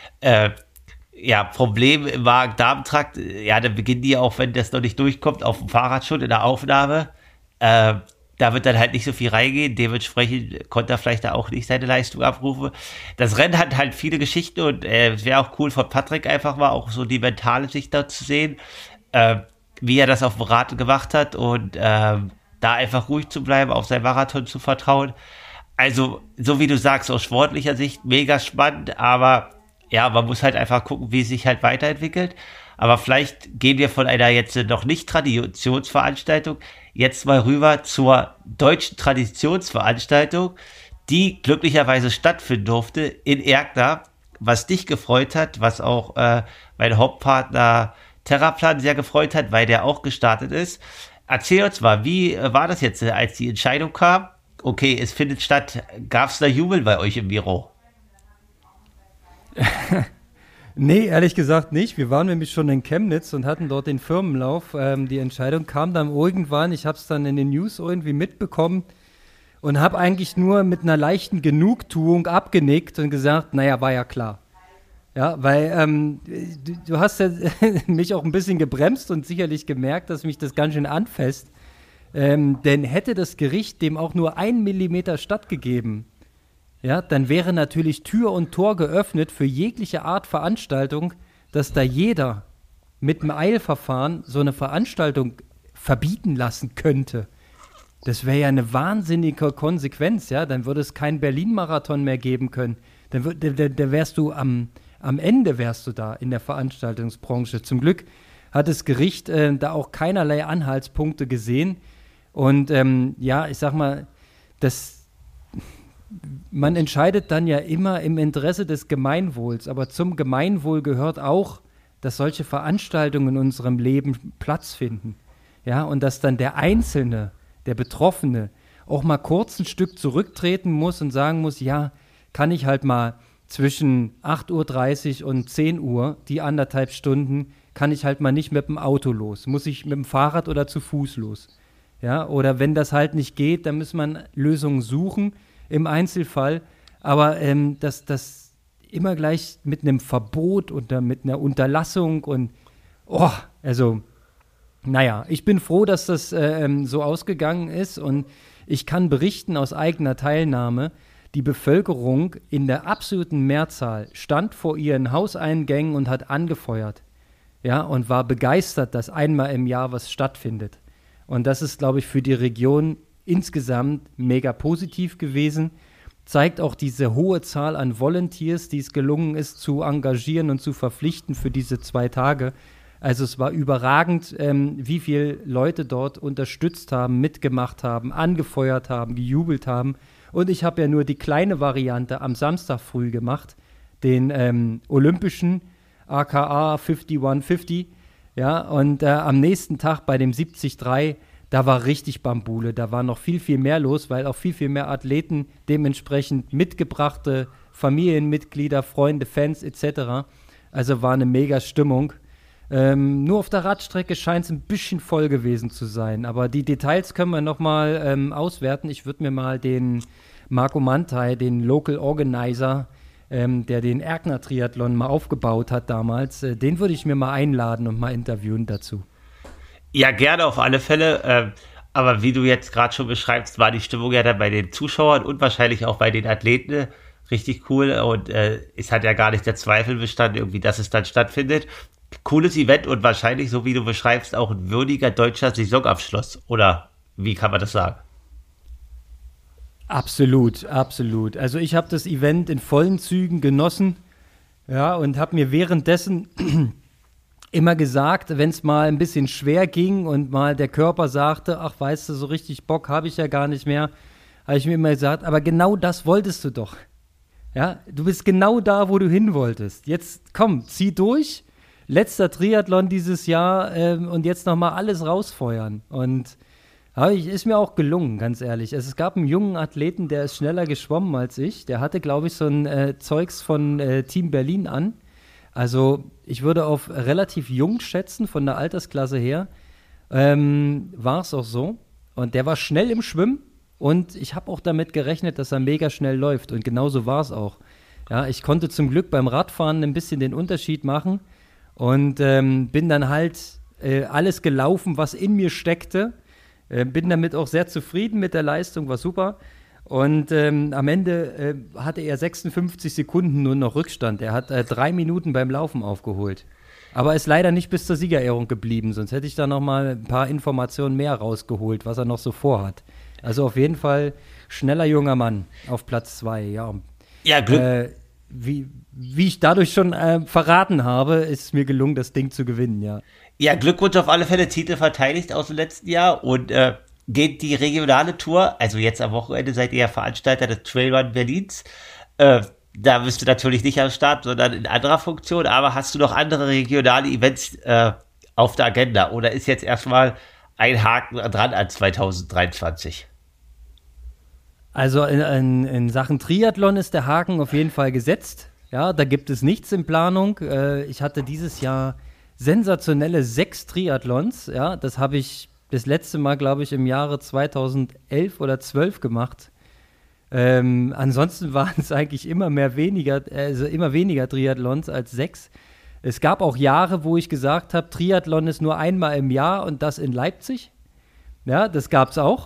Speaker 2: Problem im Magen-Darm-Trakt, dann beginnen die auch, wenn das noch nicht durchkommt, auf dem Fahrrad schon in der Aufnahme. Da wird dann halt nicht so viel reingehen, dementsprechend konnte er vielleicht da auch nicht seine Leistung abrufen. Das Rennen hat halt viele Geschichten und es wäre auch cool von Patrick einfach mal auch so die mentale Sicht da zu sehen, wie er das auf dem Rad gemacht hat und da einfach ruhig zu bleiben, auf sein Marathon zu vertrauen. Also, so wie du sagst, aus sportlicher Sicht mega spannend, aber ja, man muss halt einfach gucken, wie es sich halt weiterentwickelt. Aber vielleicht gehen wir von einer jetzt noch nicht Traditionsveranstaltung jetzt mal rüber zur deutschen Traditionsveranstaltung, die glücklicherweise stattfinden durfte in Erkner, was dich gefreut hat, was auch mein Hauptpartner Terraplan sehr gefreut hat, weil der auch gestartet ist. Erzähl uns mal, wie war das jetzt, als die Entscheidung kam? Okay, es findet statt. Gab es da Jubel bei euch im Büro?
Speaker 1: Nee, ehrlich gesagt nicht. Wir waren nämlich schon in Chemnitz und hatten dort den Firmenlauf. Die Entscheidung kam dann irgendwann. Ich habe es dann in den News irgendwie mitbekommen und habe eigentlich nur mit einer leichten Genugtuung abgenickt und gesagt, naja, war ja klar. Ja, weil du hast ja mich auch ein bisschen gebremst und sicherlich gemerkt, dass mich das ganz schön anfasst. Denn hätte das Gericht dem auch nur 1 Millimeter stattgegeben, ja, dann wäre natürlich Tür und Tor geöffnet für jegliche Art Veranstaltung, dass da jeder mit einem Eilverfahren so eine Veranstaltung verbieten lassen könnte. Das wäre ja eine wahnsinnige Konsequenz, ja. Dann würde es keinen Berlin-Marathon mehr geben können. Dann wärst du am Ende wärst du da in der Veranstaltungsbranche. Zum Glück hat das Gericht da auch keinerlei Anhaltspunkte gesehen. Und ich sag mal, man entscheidet dann ja immer im Interesse des Gemeinwohls, aber zum Gemeinwohl gehört auch, dass solche Veranstaltungen in unserem Leben Platz finden. Ja, und dass dann der Einzelne, der Betroffene, auch mal kurz ein Stück zurücktreten muss und sagen muss, ja, kann ich halt mal zwischen 8:30 Uhr und 10 Uhr, die 1,5 Stunden, kann ich halt mal nicht mit dem Auto los. Muss ich mit dem Fahrrad oder zu Fuß los. Ja, oder wenn das halt nicht geht, dann muss man Lösungen suchen im Einzelfall. Aber das immer gleich mit einem Verbot oder mit einer Unterlassung und ich bin froh, dass das so ausgegangen ist und ich kann berichten aus eigener Teilnahme, die Bevölkerung in der absoluten Mehrzahl stand vor ihren Hauseingängen und hat angefeuert, ja, und war begeistert, dass einmal im Jahr was stattfindet. Und das ist, glaube ich, für die Region insgesamt mega positiv gewesen. Zeigt auch diese hohe Zahl an Volunteers, die es gelungen ist, zu engagieren und zu verpflichten für diese 2 Tage. Also es war überragend, wie viele Leute dort unterstützt haben, mitgemacht haben, angefeuert haben, gejubelt haben. Und ich habe ja nur die kleine Variante am Samstag früh gemacht, den olympischen aka 5150. Ja, und am nächsten Tag bei dem 73, da war richtig Bambule. Da war noch viel, viel mehr los, weil auch viel, viel mehr Athleten dementsprechend mitgebrachte Familienmitglieder, Freunde, Fans etc. Also war eine mega Stimmung. Nur auf der Radstrecke scheint es ein bisschen voll gewesen zu sein. Aber die Details können wir nochmal auswerten. Ich würde mir mal den Marco Mantai, den Local Organizer, der den Erkner-Triathlon mal aufgebaut hat damals, den würde ich mir mal einladen und mal interviewen dazu.
Speaker 2: Ja, gerne auf alle Fälle. Aber wie du jetzt gerade schon beschreibst, war die Stimmung ja dann bei den Zuschauern und wahrscheinlich auch bei den Athleten richtig cool. Und es hat ja gar nicht der Zweifel bestanden, irgendwie, dass es dann stattfindet. Cooles Event und wahrscheinlich, so wie du beschreibst, auch ein würdiger deutscher Saisonabschluss. Oder wie kann man das sagen?
Speaker 1: Absolut, absolut. Also ich habe das Event in vollen Zügen genossen, ja, und habe mir währenddessen immer gesagt, wenn es mal ein bisschen schwer ging und mal der Körper sagte, ach, weißt du, so richtig Bock habe ich ja gar nicht mehr, habe ich mir immer gesagt, aber genau das wolltest du doch. Ja, du bist genau da, wo du hin wolltest. Jetzt komm, zieh durch, letzter Triathlon dieses Jahr und jetzt nochmal alles rausfeuern. Und ist mir auch gelungen, ganz ehrlich. Es gab einen jungen Athleten, der ist schneller geschwommen als ich. Der hatte, glaube ich, so ein Zeugs von Team Berlin an. Also ich würde auf relativ jung schätzen, von der Altersklasse her. War es auch so. Und der war schnell im Schwimmen. Und ich habe auch damit gerechnet, dass er mega schnell läuft. Und genauso war es auch. Ja, ich konnte zum Glück beim Radfahren ein bisschen den Unterschied machen. Und bin dann halt alles gelaufen, was in mir steckte. Bin damit auch sehr zufrieden mit der Leistung, war super. Und am Ende hatte er 56 Sekunden nur noch Rückstand. Er hat 3 Minuten beim Laufen aufgeholt. Aber ist leider nicht bis zur Siegerehrung geblieben, sonst hätte ich da noch mal ein paar Informationen mehr rausgeholt, was er noch so vorhat. Also auf jeden Fall schneller junger Mann auf Platz 2, ja.
Speaker 2: Ja, Glück.
Speaker 1: Wie ich dadurch schon verraten habe, ist es mir gelungen, das Ding zu gewinnen, ja.
Speaker 2: Ja, Glückwunsch auf alle Fälle, Titel verteidigt aus dem letzten Jahr und geht die regionale Tour, also jetzt am Wochenende seid ihr ja Veranstalter des Trailrun Berlins, da bist du natürlich nicht am Start, sondern in anderer Funktion, aber hast du noch andere regionale Events auf der Agenda oder ist jetzt erstmal ein Haken dran an 2023?
Speaker 1: Also in Sachen Triathlon ist der Haken auf jeden Fall gesetzt. Ja, da gibt es nichts in Planung. Ich hatte dieses Jahr sensationelle 6 Triathlons. Ja, das habe ich das letzte Mal, glaube ich, im Jahre 2011 oder 12 gemacht. Ansonsten waren es eigentlich immer weniger Triathlons als 6. Es gab auch Jahre, wo ich gesagt habe, Triathlon ist nur einmal im Jahr und das in Leipzig. Ja, das gab es auch.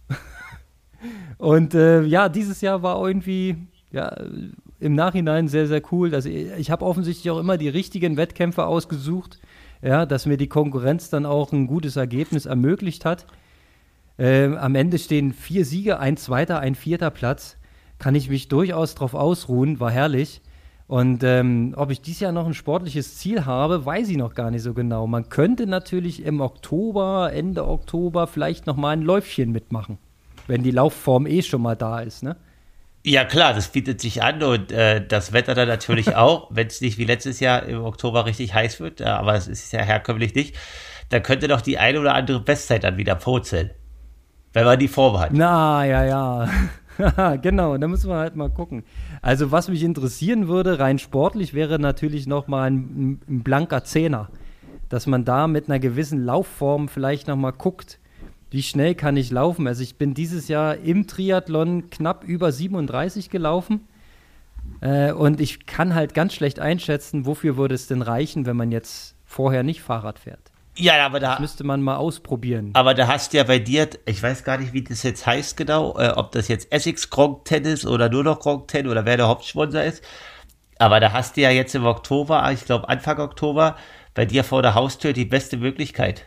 Speaker 1: Und dieses Jahr war irgendwie im Nachhinein sehr, sehr cool. Also ich habe offensichtlich auch immer die richtigen Wettkämpfe ausgesucht, ja, dass mir die Konkurrenz dann auch ein gutes Ergebnis ermöglicht hat. Am Ende stehen 4 Siege, ein 2., ein 4. Platz. Kann ich mich durchaus drauf ausruhen, war herrlich. Und ob ich dieses Jahr noch ein sportliches Ziel habe, weiß ich noch gar nicht so genau. Man könnte natürlich im Oktober, Ende Oktober vielleicht noch mal ein Läufchen mitmachen, wenn die Laufform schon mal da ist, ne?
Speaker 2: Ja klar, das bietet sich an und das Wetter dann natürlich auch, wenn es nicht wie letztes Jahr im Oktober richtig heiß wird, aber es ist ja herkömmlich nicht, dann könnte doch die eine oder andere Bestzeit dann wieder purzeln, wenn man die Form hat.
Speaker 1: Na, ja. Genau, da müssen wir halt mal gucken. Also was mich interessieren würde, rein sportlich, wäre natürlich noch mal ein blanker Zehner, dass man da mit einer gewissen Laufform vielleicht noch mal guckt, wie schnell kann ich laufen? Also ich bin dieses Jahr im Triathlon knapp über 37 gelaufen und ich kann halt ganz schlecht einschätzen, wofür würde es denn reichen, wenn man jetzt vorher nicht Fahrrad fährt.
Speaker 2: Ja, aber
Speaker 1: das müsste man mal ausprobieren.
Speaker 2: Aber da hast du ja bei dir, ich weiß gar nicht, wie das jetzt heißt genau, ob das jetzt Essex Gronk Tennis oder nur noch Gronk Tennis oder wer der Hauptsponsor ist, aber da hast du ja jetzt im Oktober, ich glaube Anfang Oktober, bei dir vor der Haustür die beste Möglichkeit.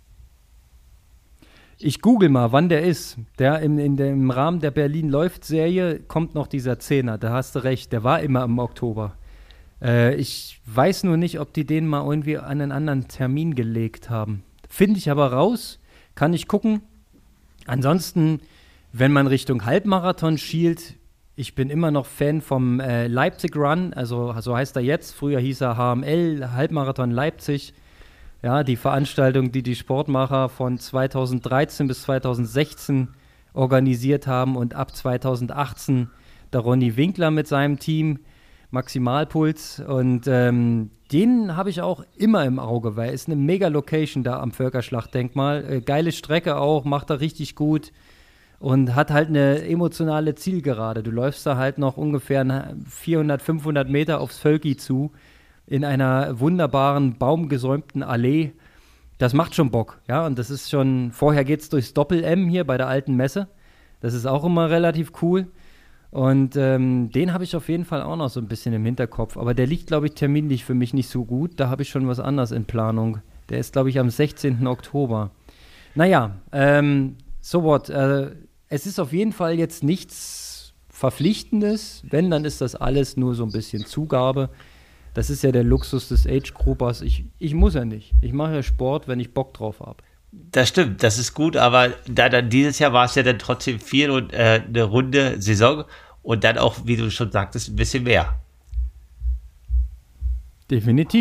Speaker 1: Ich google mal, wann der ist. Im Rahmen der Berlin-Läuft-Serie kommt noch dieser Zehner, da hast du recht, der war immer im Oktober. Ich weiß nur nicht, ob die den mal irgendwie an einen anderen Termin gelegt haben. Finde ich aber raus, kann ich gucken. Ansonsten, wenn man Richtung Halbmarathon schielt, ich bin immer noch Fan vom Leipzig Run, also so heißt er jetzt, früher hieß er HML, Halbmarathon Leipzig. Ja, die Veranstaltung, die Sportmacher von 2013 bis 2016 organisiert haben und ab 2018 der Ronny Winkler mit seinem Team, Maximalpuls. Und den habe ich auch immer im Auge, weil es eine Mega-Location da am Völkerschlachtdenkmal. Geile Strecke auch, macht er richtig gut und hat halt eine emotionale Zielgerade. Du läufst da halt noch ungefähr 400, 500 Meter aufs Völki zu, in einer wunderbaren, baumgesäumten Allee. Das macht schon Bock, ja, und das ist schon, vorher geht's durchs Doppel-M hier bei der alten Messe. Das ist auch immer relativ cool. Und den habe ich auf jeden Fall auch noch so ein bisschen im Hinterkopf. Aber der liegt, glaube ich, terminlich für mich nicht so gut. Da habe ich schon was anderes in Planung. Der ist, glaube ich, am 16. Oktober. Naja, so what. Es ist auf jeden Fall jetzt nichts Verpflichtendes. Wenn, dann ist das alles nur so ein bisschen Zugabe. Das ist ja der Luxus des Age-Groupers. Ich muss ja nicht. Ich mache ja Sport, wenn ich Bock drauf habe.
Speaker 2: Das stimmt, das ist gut, aber dann dieses Jahr war es ja dann trotzdem viel und eine runde Saison und dann auch, wie du schon sagtest, ein bisschen mehr.
Speaker 1: Definitiv,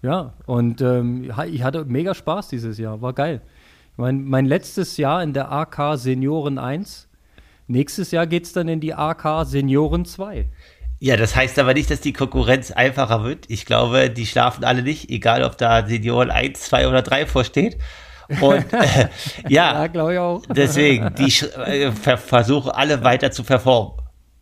Speaker 1: Ja, und ich hatte mega Spaß dieses Jahr, war geil. Mein letztes Jahr in der AK Senioren 1, nächstes Jahr geht es dann in die AK Senioren 2.
Speaker 2: Ja, das heißt aber nicht, dass die Konkurrenz einfacher wird. Ich glaube, die schlafen alle nicht, egal ob da Senioren 1, 2 oder 3 vorsteht. Und ja,
Speaker 1: glaube ich auch.
Speaker 2: Deswegen, die versuchen alle weiter zu performen.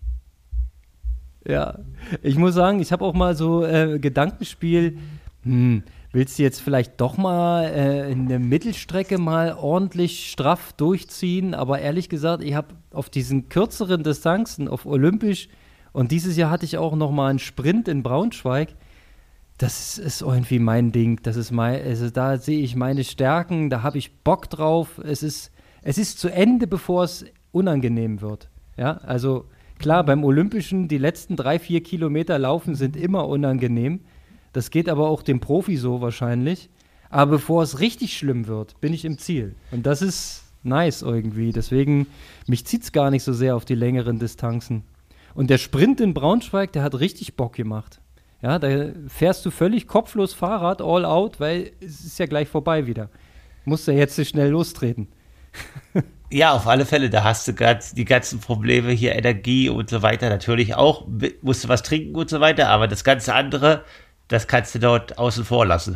Speaker 1: Ja, ich muss sagen, ich habe auch mal so Gedankenspiel, willst du jetzt vielleicht doch mal in der Mittelstrecke mal ordentlich straff durchziehen? Aber ehrlich gesagt, ich habe auf diesen kürzeren Distanzen, auf Olympisch, und dieses Jahr hatte ich auch noch mal einen Sprint in Braunschweig. Das ist irgendwie mein Ding. Das ist also da sehe ich meine Stärken, da habe ich Bock drauf. Es ist zu Ende, bevor es unangenehm wird. Ja, also klar, beim Olympischen, die letzten 3-4 Kilometer laufen sind immer unangenehm. Das geht aber auch dem Profi so wahrscheinlich. Aber bevor es richtig schlimm wird, bin ich im Ziel. Und das ist nice irgendwie. Deswegen, mich zieht es gar nicht so sehr auf die längeren Distanzen. Und der Sprint in Braunschweig, der hat richtig Bock gemacht. Ja, da fährst du völlig kopflos Fahrrad, all out, weil es ist ja gleich vorbei wieder. Musst ja jetzt schnell lostreten.
Speaker 2: Ja, auf alle Fälle, da hast du die ganzen Probleme hier, Energie und so weiter. Natürlich auch, musst du was trinken und so weiter, aber das ganze andere, das kannst du dort außen vor lassen.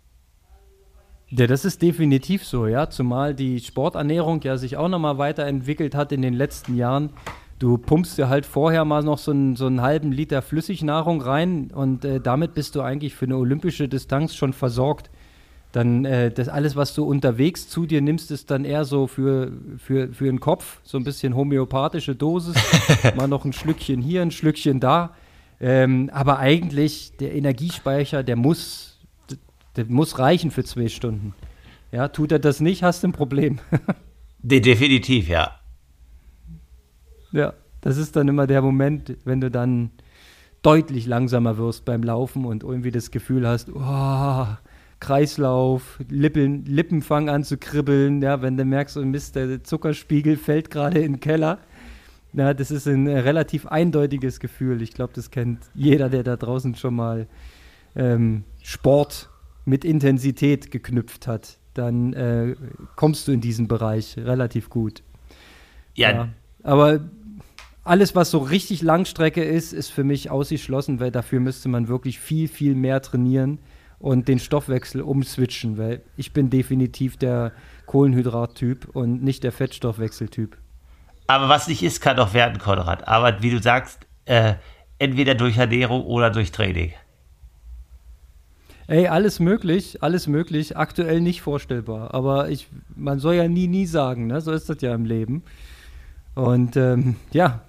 Speaker 1: Ja, das ist definitiv so, ja. Zumal die Sporternährung ja sich auch nochmal weiterentwickelt hat in den letzten Jahren. Du pumpst dir halt vorher mal noch so einen halben Liter Flüssignahrung rein und damit bist du eigentlich für eine olympische Distanz schon versorgt. Dann das alles, was du unterwegs zu dir nimmst, ist dann eher so für den Kopf, so ein bisschen homöopathische Dosis, mal noch ein Schlückchen hier, ein Schlückchen da. Aber eigentlich, der Energiespeicher, der muss reichen für 2 Stunden. Ja, tut er das nicht, hast du ein Problem.
Speaker 2: Definitiv, ja.
Speaker 1: Ja, das ist dann immer der Moment, wenn du dann deutlich langsamer wirst beim Laufen und irgendwie das Gefühl hast, oh, Kreislauf, Lippen fangen an zu kribbeln, ja, wenn du merkst, oh Mist, der Zuckerspiegel fällt gerade in den Keller. Ja, das ist ein relativ eindeutiges Gefühl. Ich glaube, das kennt jeder, der da draußen schon mal Sport mit Intensität geknüpft hat. Dann kommst du in diesen Bereich relativ gut. Ja. Aber alles, was so richtig Langstrecke ist für mich ausgeschlossen, weil dafür müsste man wirklich viel, viel mehr trainieren und den Stoffwechsel umswitchen, weil ich bin definitiv der Kohlenhydrat-Typ und nicht der Fettstoffwechseltyp.
Speaker 2: Aber was nicht ist, kann doch werden, Konrad. Aber wie du sagst, entweder durch Ernährung oder durch Training.
Speaker 1: Ey, alles möglich, aktuell nicht vorstellbar. Aber man soll ja nie sagen, ne? So ist das ja im Leben. Und ja,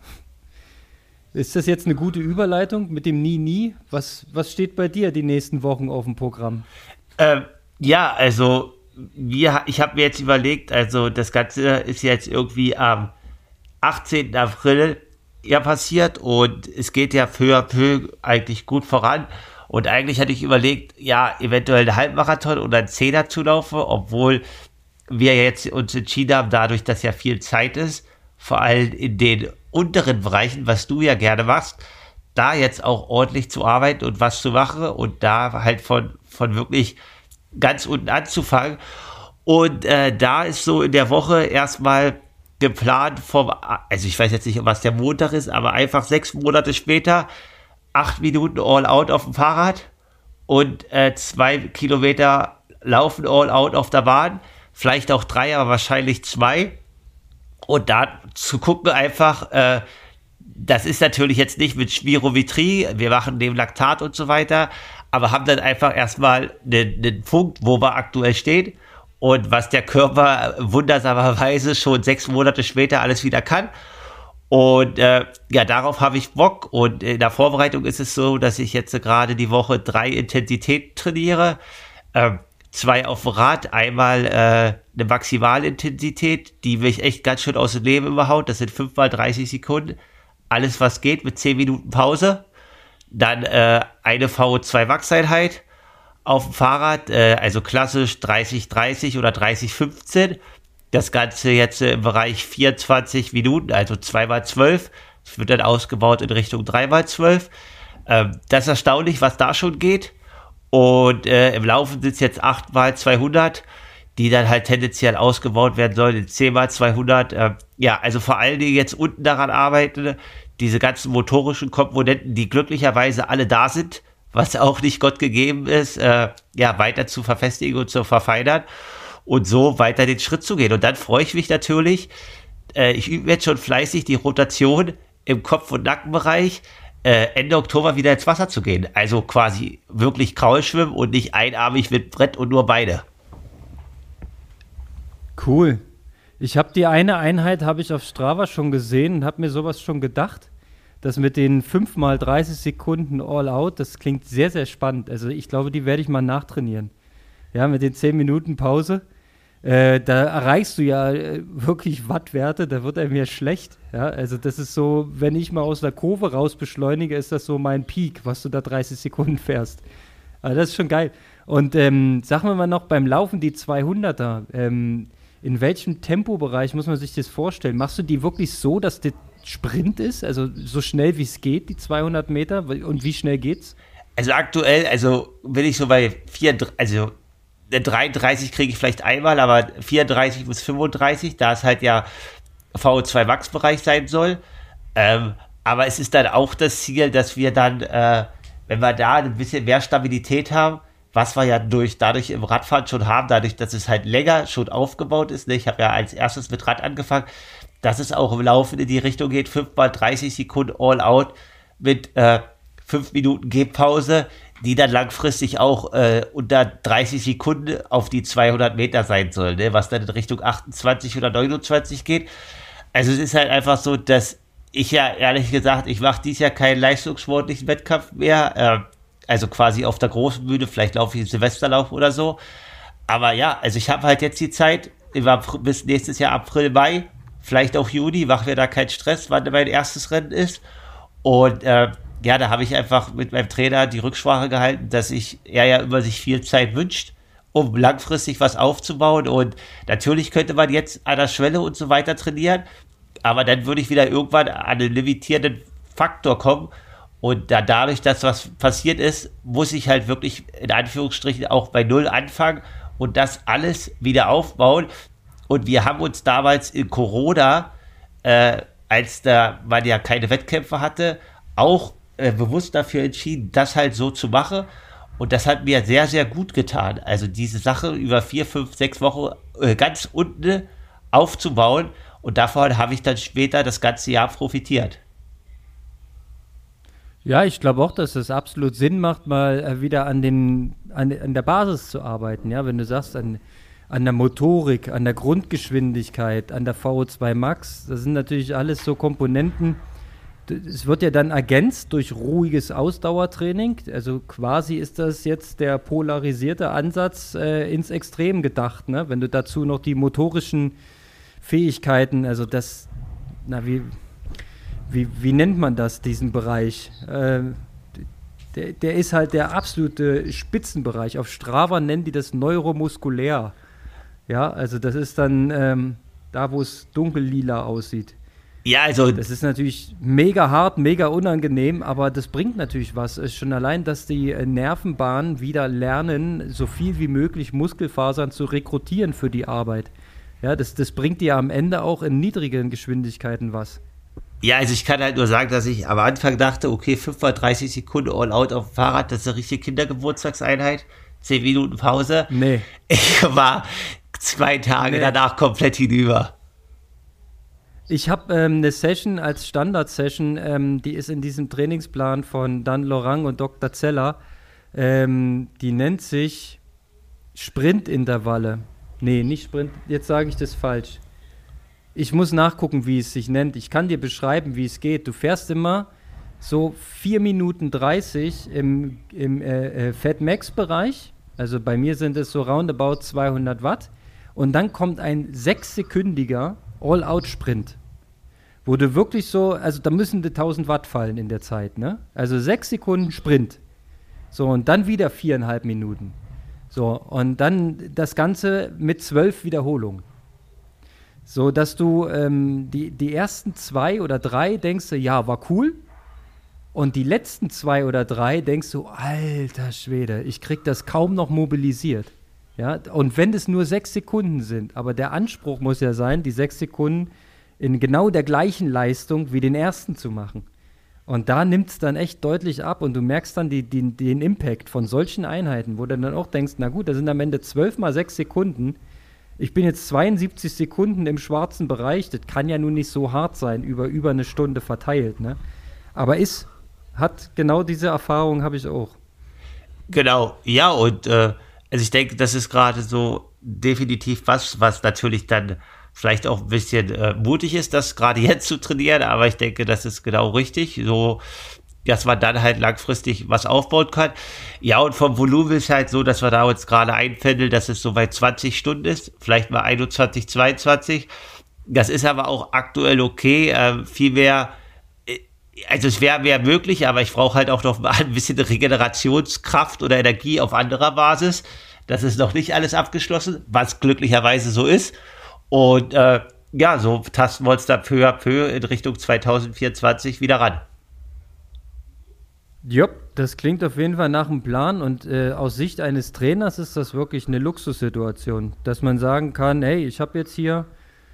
Speaker 1: ist das jetzt eine gute Überleitung mit dem Nie? Was steht bei dir die nächsten Wochen auf dem Programm?
Speaker 2: Ja, also ich habe mir jetzt überlegt, also das Ganze ist jetzt irgendwie am 18. April ja passiert und es geht ja peu à peu eigentlich gut voran. Und eigentlich hatte ich überlegt, ja, eventuell einen Halbmarathon oder einen 10er zu laufen, obwohl wir jetzt uns entschieden haben, dadurch, dass ja viel Zeit ist, vor allem in den unteren Bereichen, was du ja gerne machst, da jetzt auch ordentlich zu arbeiten und was zu machen und da halt von wirklich ganz unten anzufangen. Und da ist so in der Woche erstmal geplant also ich weiß jetzt nicht, was der Montag ist, aber einfach 6 Monate später 8 Minuten All-Out auf dem Fahrrad und 2 Kilometer laufen All-Out auf der Bahn, vielleicht auch 3, aber wahrscheinlich 2. Und da zu gucken einfach, das ist natürlich jetzt nicht mit Spirometrie, wir machen dem Laktat und so weiter, aber haben dann einfach erstmal einen Punkt, wo wir aktuell stehen und was der Körper wundersamerweise schon 6 Monate später alles wieder kann. Und ja, darauf habe ich Bock und in der Vorbereitung ist es so, dass ich jetzt gerade die Woche 3 Intensitäten trainiere, 2 auf dem Rad, einmal eine Maximalintensität, die mich echt ganz schön aus dem Leben überhaut. Das sind 5 mal 30 Sekunden. Alles, was geht, mit 10 Minuten Pause. Dann eine VO2 Max-Einheit auf dem Fahrrad, also klassisch 30-30 oder 30-15. Das Ganze jetzt im Bereich 24 Minuten, also 2 mal 12. Es wird dann ausgebaut in Richtung 3 mal 12. Das ist erstaunlich, was da schon geht. Und im Laufen sind es jetzt 8x200, die dann halt tendenziell ausgebaut werden sollen in 10x200. Ja, also vor allen Dingen jetzt unten daran arbeiten, diese ganzen motorischen Komponenten, die glücklicherweise alle da sind, was auch nicht Gott gegeben ist, ja, weiter zu verfestigen und zu verfeinern und so weiter den Schritt zu gehen. Und dann freue ich mich natürlich, ich übe jetzt schon fleißig die Rotation im Kopf- und Nackenbereich, Ende Oktober wieder ins Wasser zu gehen. Also quasi wirklich Kraulschwimmen und nicht einarmig mit Brett und nur Beine.
Speaker 1: Cool. Ich habe die eine Einheit, habe ich auf Strava schon gesehen und habe mir sowas schon gedacht. Das mit den 5 mal 30 Sekunden All-Out, das klingt sehr, sehr spannend. Also ich glaube, die werde ich mal nachtrainieren. Ja, mit den 10 Minuten Pause. Da erreichst du ja wirklich Wattwerte, da wird einem ja schlecht. Ja, also das ist so, wenn ich mal aus der Kurve raus beschleunige, ist das so mein Peak, was du da 30 Sekunden fährst. Aber das ist schon geil. Und sagen wir mal noch beim Laufen die 200er, in welchem Tempobereich muss man sich das vorstellen? Machst du die wirklich so, dass der Sprint ist? Also so schnell wie es geht, die 200 Meter? Und wie schnell geht's?
Speaker 2: Also aktuell, also bin ich so bei 34, also 33 kriege ich vielleicht einmal, aber 34 bis 35, da es halt ja VO2 Max-Bereich sein soll. Aber es ist dann auch das Ziel, dass wir dann, wenn wir da ein bisschen mehr Stabilität haben, was wir ja dadurch im Radfahren schon haben, dadurch, dass es halt länger schon aufgebaut ist. Ne? Ich habe ja als erstes mit Rad angefangen, dass es auch im Laufe in die Richtung geht, 5x30 Sekunden All-Out mit 5 Minuten Gehpause, die dann langfristig auch unter 30 Sekunden auf die 200 Meter sein soll, ne? Was dann in Richtung 28 oder 29 geht. Also es ist halt einfach so, dass ich ja ehrlich gesagt, ich mache dieses Jahr keinen leistungssportlichen Wettkampf mehr, also quasi auf der großen Bühne, vielleicht laufe ich einen Silvesterlauf oder so. Aber ja, also ich habe halt jetzt die Zeit, bis nächstes Jahr April, Mai, vielleicht auch Juni, machen wir da keinen Stress, wann mein erstes Rennen ist. Und ja, da habe ich einfach mit meinem Trainer die Rücksprache gehalten, dass er ja immer sich viel Zeit wünscht, um langfristig was aufzubauen. Und natürlich könnte man jetzt an der Schwelle und so weiter trainieren, aber dann würde ich wieder irgendwann an einen limitierenden Faktor kommen. Und dadurch, dass was passiert ist, muss ich halt wirklich in Anführungsstrichen auch bei Null anfangen und das alles wieder aufbauen. Und wir haben uns damals in Corona, als man ja keine Wettkämpfe hatte, auch bewusst dafür entschieden, das halt so zu machen. Und das hat mir sehr, sehr gut getan. Also diese Sache über 4, 5, 6 Wochen ganz unten aufzubauen. Und davon habe ich dann später das ganze Jahr profitiert.
Speaker 1: Ja, ich glaube auch, dass es absolut Sinn macht, mal wieder an der Basis zu arbeiten. Ja, wenn du sagst, an der Motorik, an der Grundgeschwindigkeit, an der VO2 Max, das sind natürlich alles so Komponenten. Es wird ja dann ergänzt durch ruhiges Ausdauertraining. Also quasi ist das jetzt der polarisierte Ansatz ins Extrem gedacht. Ne? Wenn du dazu noch die motorischen Fähigkeiten, also das, wie nennt man das, diesen Bereich? Der ist halt der absolute Spitzenbereich. Auf Strava nennen die das neuromuskulär. Ja, also das ist dann da, wo es dunkellila aussieht.
Speaker 2: Ja, also
Speaker 1: das ist natürlich mega hart, mega unangenehm, aber das bringt natürlich was. Es ist schon allein, dass die Nervenbahnen wieder lernen, so viel wie möglich Muskelfasern zu rekrutieren für die Arbeit. Ja, das bringt dir am Ende auch in niedrigen Geschwindigkeiten was.
Speaker 2: Ja, also ich kann halt nur sagen, dass ich am Anfang dachte, okay, 5x30 Sekunden All-Out auf dem Fahrrad, das ist eine richtige Kindergeburtstagseinheit, 10 Minuten Pause.
Speaker 1: Nee.
Speaker 2: Ich war 2 Tage danach komplett hinüber.
Speaker 1: Ich habe eine Session als Standard-Session, die ist in diesem Trainingsplan von Dan Lorang und Dr. Zeller. Die nennt sich Sprintintervalle. Nee, nicht Sprint, jetzt sage ich das falsch. Ich muss nachgucken, wie es sich nennt. Ich kann dir beschreiben, wie es geht. Du fährst immer so 4 Minuten 30 im Fat Max-Bereich. Also bei mir sind es so roundabout 200 Watt. Und dann kommt ein 6-sekündiger All-Out-Sprint. Wo du wirklich so, also da müssen die 1000 Watt fallen in der Zeit, ne? Also 6 Sekunden Sprint. So, und dann wieder 4,5 Minuten. So, und dann das Ganze mit 12 Wiederholungen. So, dass du die ersten 2 oder 3 denkst, ja, war cool. Und die letzten 2 oder 3 denkst du, alter Schwede, ich krieg das kaum noch mobilisiert. Ja, und wenn es nur 6 Sekunden sind, aber der Anspruch muss ja sein, die 6 Sekunden in genau der gleichen Leistung wie den ersten zu machen. Und da nimmt es dann echt deutlich ab und du merkst dann den Impact von solchen Einheiten, wo du dann auch denkst, na gut, das sind am Ende 12 mal 6 Sekunden. Ich bin jetzt 72 Sekunden im schwarzen Bereich, das kann ja nun nicht so hart sein, über eine Stunde verteilt, ne? Aber hat genau diese Erfahrung habe ich auch.
Speaker 2: Genau, ja, und also ich denke, das ist gerade so definitiv was natürlich dann vielleicht auch ein bisschen mutig ist, das gerade jetzt zu trainieren, aber ich denke, das ist genau richtig, so, dass man dann halt langfristig was aufbauen kann. Ja, und vom Volumen ist halt so, dass wir da uns gerade einpendeln, dass es so bei 20 Stunden ist, vielleicht mal 21, 22. Das ist aber auch aktuell okay, viel mehr, also es wäre mehr möglich, aber ich brauche halt auch noch mal ein bisschen Regenerationskraft oder Energie auf anderer Basis. Das ist noch nicht alles abgeschlossen, was glücklicherweise so ist. Und ja, so tasten wir uns da peu à peu in Richtung 2024 wieder ran.
Speaker 1: Jupp, das klingt auf jeden Fall nach einem Plan und aus Sicht eines Trainers ist das wirklich eine Luxussituation, dass man sagen kann, hey, ich habe jetzt hier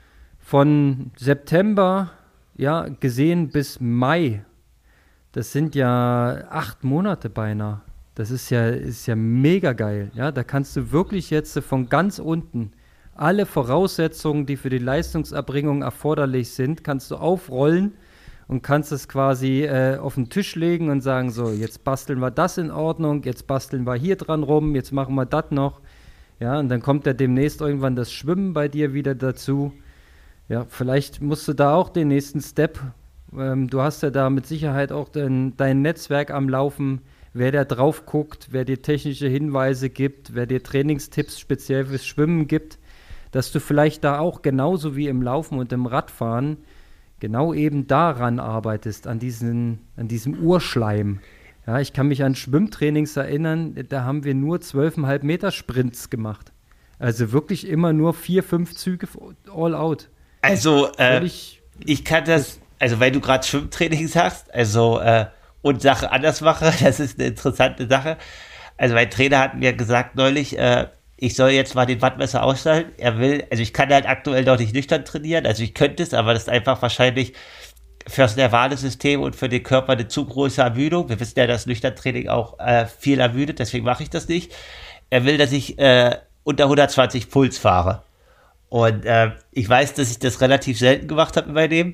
Speaker 1: von September gesehen bis Mai, das sind ja 8 Monate beinahe. Das ist ja mega geil. Ja, da kannst du wirklich jetzt von ganz unten alle Voraussetzungen, die für die Leistungserbringung erforderlich sind, kannst du aufrollen und kannst es quasi auf den Tisch legen und sagen, so, jetzt basteln wir das in Ordnung, jetzt basteln wir hier dran rum, jetzt machen wir das noch. Ja, und dann kommt ja demnächst irgendwann das Schwimmen bei dir wieder dazu. Ja, vielleicht musst du da auch den nächsten Step, du hast ja da mit Sicherheit auch dein Netzwerk am Laufen, wer da drauf guckt, wer dir technische Hinweise gibt, wer dir Trainingstipps speziell fürs Schwimmen gibt, dass du vielleicht da auch genauso wie im Laufen und im Radfahren genau eben daran arbeitest, an diesem Urschleim. Ja, ich kann mich an Schwimmtrainings erinnern, da haben wir nur 12,5 Meter Sprints gemacht. Also wirklich immer nur 4, 5 Züge all out.
Speaker 2: Also, ich kann das, also weil du gerade Schwimmtraining sagst, und Sache anders mache, das ist eine interessante Sache. Also mein Trainer hat mir gesagt neulich, ich soll jetzt mal den Wattmesser ausstellen. Also ich kann halt aktuell noch nicht nüchtern trainieren, also ich könnte es, aber das ist einfach wahrscheinlich fürs nervale System und für den Körper eine zu große Ermüdung. Wir wissen ja, dass Nüchtern-Training auch viel ermüdet, deswegen mache ich das nicht. Er will, dass ich unter 120 Puls fahre. Und ich weiß, dass ich das relativ selten gemacht habe bei dem.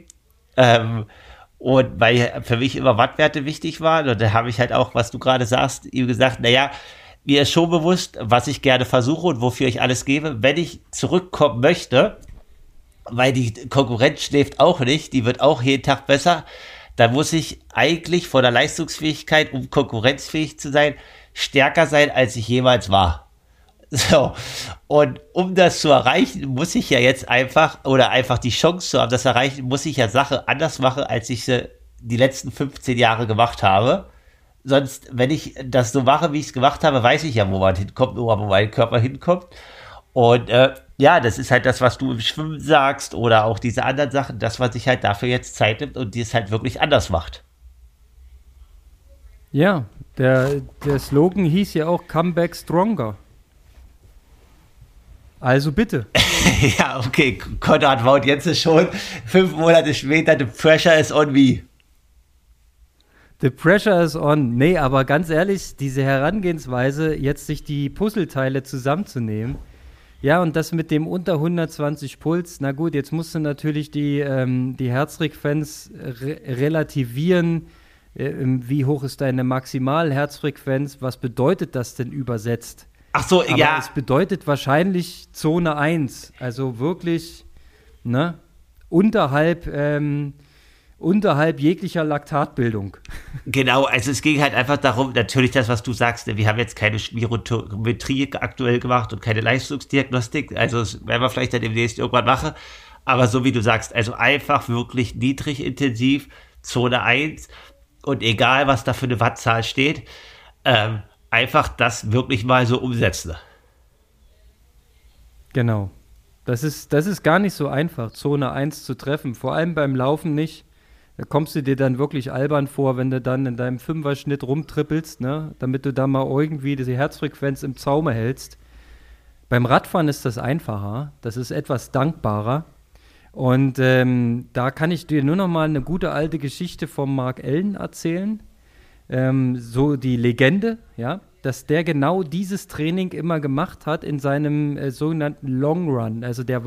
Speaker 2: Und weil für mich immer Wattwerte wichtig waren. Und da habe ich halt auch, was du gerade sagst, ihm gesagt, naja, mir ist schon bewusst, was ich gerne versuche und wofür ich alles gebe. Wenn ich zurückkommen möchte, weil die Konkurrenz schläft auch nicht, die wird auch jeden Tag besser, dann muss ich eigentlich von der Leistungsfähigkeit, um konkurrenzfähig zu sein, stärker sein, als ich jemals war. So, und um das zu erreichen, muss ich ja jetzt einfach die Chance zu haben, das erreichen, muss ich ja Sache anders machen, als ich sie die letzten 15 Jahre gemacht habe. Sonst, wenn ich das so mache, wie ich es gemacht habe, weiß ich ja, wo man hinkommt, wo mein Körper hinkommt. Und ja, das ist halt das, was du im Schwimmen sagst oder auch diese anderen Sachen, dass man sich halt dafür jetzt Zeit nimmt und die es halt wirklich anders macht.
Speaker 1: Ja, der Slogan hieß ja auch Come Back Stronger. Also bitte.
Speaker 2: Ja, okay, Konrad Wout jetzt ist schon 5 Monate später, the pressure is on me.
Speaker 1: The pressure is on. Nee, aber ganz ehrlich, diese Herangehensweise, jetzt sich die Puzzleteile zusammenzunehmen, ja, und das mit dem unter 120 Puls, na gut, jetzt musst du natürlich die Herzfrequenz relativieren. Wie hoch ist deine Maximalherzfrequenz? Was bedeutet das denn übersetzt?
Speaker 2: Ach so,
Speaker 1: aber
Speaker 2: ja.
Speaker 1: Es bedeutet wahrscheinlich Zone 1, also wirklich, ne, unterhalb jeglicher Laktatbildung.
Speaker 2: Genau, also es ging halt einfach darum, natürlich das, was du sagst, wir haben jetzt keine Spirometrie aktuell gemacht und keine Leistungsdiagnostik, also das werden wir vielleicht dann demnächst irgendwann machen, aber so wie du sagst, also einfach wirklich niedrig intensiv, Zone 1 und egal, was da für eine Wattzahl steht, einfach das wirklich mal so umsetzen.
Speaker 1: Genau. Das ist gar nicht so einfach, Zone 1 zu treffen. Vor allem beim Laufen nicht. Da kommst du dir dann wirklich albern vor, wenn du dann in deinem Fünfer-Schnitt rumtrippelst, ne, damit du da mal irgendwie diese Herzfrequenz im Zaume hältst. Beim Radfahren ist das einfacher, das ist etwas dankbarer. Und da kann ich dir nur noch mal eine gute alte Geschichte von Mark Allen erzählen. So die Legende, ja, dass der genau dieses Training immer gemacht hat in seinem sogenannten Long Run. Also der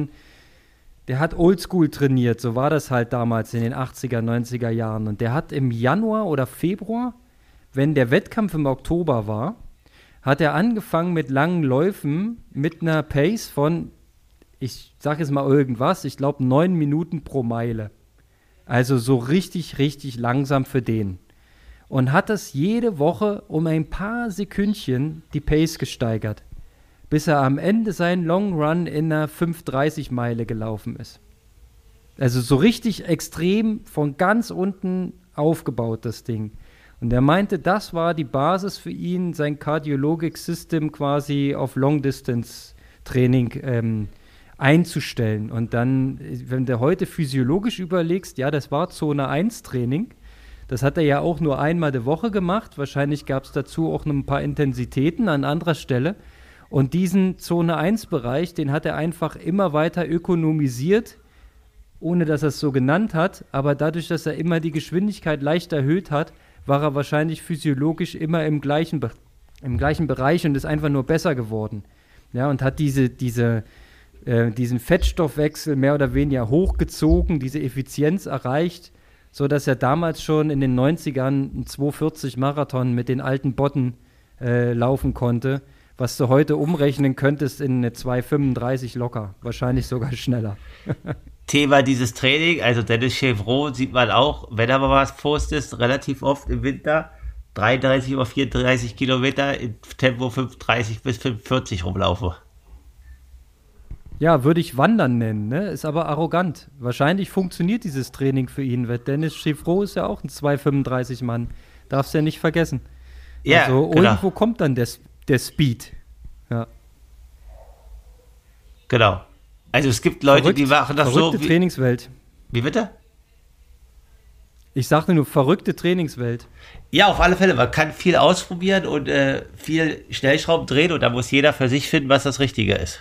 Speaker 1: hat Oldschool trainiert, so war das halt damals in den 80er, 90er Jahren. Und der hat im Januar oder Februar, wenn der Wettkampf im Oktober war, hat er angefangen mit langen Läufen mit einer Pace von, ich sag jetzt mal irgendwas, ich glaube 9 Minuten pro Meile. Also so richtig, richtig langsam für den. Und hat das jede Woche um ein paar Sekündchen die Pace gesteigert, bis er am Ende seinen Long Run in einer 5:30 Meile gelaufen ist. Also so richtig extrem von ganz unten aufgebaut, das Ding. Und er meinte, das war die Basis für ihn, sein Cardiologic System quasi auf Long-Distance-Training einzustellen. Und dann, wenn du heute physiologisch überlegst, ja, das war Zone-1-Training. Das hat er ja auch nur einmal die Woche gemacht. Wahrscheinlich gab es dazu auch noch ein paar Intensitäten an anderer Stelle. Und diesen Zone-1-Bereich, den hat er einfach immer weiter ökonomisiert, ohne dass er es so genannt hat. Aber dadurch, dass er immer die Geschwindigkeit leicht erhöht hat, war er wahrscheinlich physiologisch immer im gleichen Bereich und ist einfach nur besser geworden. Ja, und hat diesen Fettstoffwechsel mehr oder weniger hochgezogen, diese Effizienz erreicht, sodass er damals schon in den 90ern einen 2:40 Marathon mit den alten Botten laufen konnte, was du heute umrechnen könntest in eine 2:35 locker, wahrscheinlich sogar schneller.
Speaker 2: Thema dieses Training, also Dennis Chevreau sieht man auch, wenn er mal was postet, relativ oft im Winter 33 oder 34 Kilometer in Tempo 35 bis 45 rumlaufe.
Speaker 1: Ja, würde ich Wandern nennen, ne? Ist aber arrogant. Wahrscheinlich funktioniert dieses Training für ihn, weil Dennis Chevreau ist ja auch ein 2:35 Mann. Darfst ja nicht vergessen.
Speaker 2: Ja,
Speaker 1: also
Speaker 2: genau.
Speaker 1: Irgendwo kommt dann der Speed. Ja.
Speaker 2: Genau. Also es gibt Leute, die machen das so.
Speaker 1: Verrückte Trainingswelt.
Speaker 2: Wie bitte?
Speaker 1: Ich sagte nur, verrückte Trainingswelt.
Speaker 2: Ja, auf alle Fälle. Man kann viel ausprobieren und viel Stellschrauben drehen und da muss jeder für sich finden, was das Richtige ist.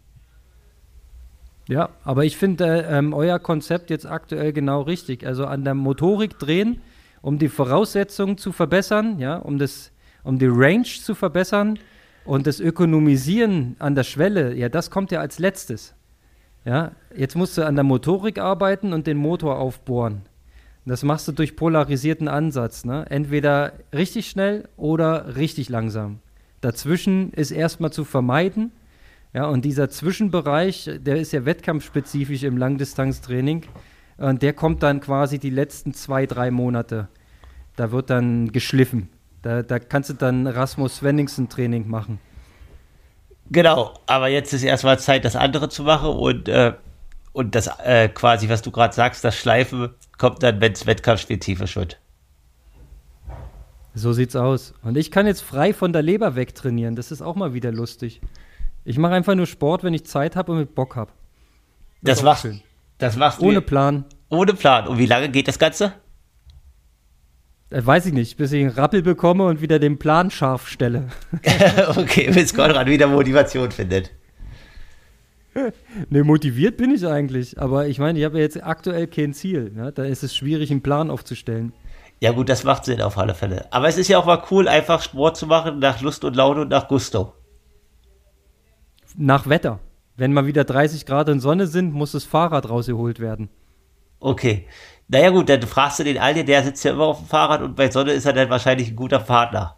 Speaker 1: Ja, aber ich finde euer Konzept jetzt aktuell genau richtig. Also an der Motorik drehen, um die Voraussetzungen zu verbessern, ja, um die Range zu verbessern und das Ökonomisieren an der Schwelle, ja, das kommt ja als letztes. Ja, jetzt musst du an der Motorik arbeiten und den Motor aufbohren. Das machst du durch polarisierten Ansatz, ne? Entweder richtig schnell oder richtig langsam. Dazwischen ist erstmal zu vermeiden. Ja, und dieser Zwischenbereich, der ist ja wettkampfspezifisch im Langdistanztraining. Und der kommt dann quasi die letzten 2-3 Monate. Da wird dann geschliffen. Da kannst du dann Rasmus-Svenningsen-Training machen.
Speaker 2: Genau, aber jetzt ist erstmal Zeit, das andere zu machen und das quasi, was du gerade sagst, das Schleifen kommt dann, wenn es wettkampfspezifisch wird.
Speaker 1: So sieht's aus. Und ich kann jetzt frei von der Leber wegtrainieren. Das ist auch mal wieder lustig. Ich mache einfach nur Sport, wenn ich Zeit habe und mit Bock habe.
Speaker 2: Das machst du.
Speaker 1: Ohne Plan.
Speaker 2: Ohne Plan. Und wie lange geht das Ganze?
Speaker 1: Weiß ich nicht, bis ich einen Rappel bekomme und wieder den Plan scharf stelle.
Speaker 2: Okay, bis Konrad wieder Motivation findet.
Speaker 1: Ne, motiviert bin ich eigentlich. Aber ich meine, ich habe ja jetzt aktuell kein Ziel. Ne? Da ist es schwierig, einen Plan aufzustellen.
Speaker 2: Ja gut, das macht Sinn auf alle Fälle. Aber es ist ja auch mal cool, einfach Sport zu machen nach Lust und Laune und nach Gusto.
Speaker 1: Nach Wetter. Wenn mal wieder 30 Grad und Sonne sind, muss das Fahrrad rausgeholt werden.
Speaker 2: Okay. Naja gut, dann fragst du den Alten, der sitzt ja immer auf dem Fahrrad und bei Sonne ist er dann wahrscheinlich ein guter Partner.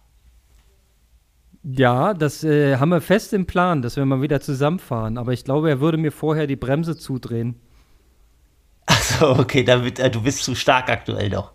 Speaker 1: Ja, das haben wir fest im Plan, dass wir mal wieder zusammenfahren. Aber ich glaube, er würde mir vorher die Bremse zudrehen.
Speaker 2: Achso, okay, du bist zu stark aktuell noch.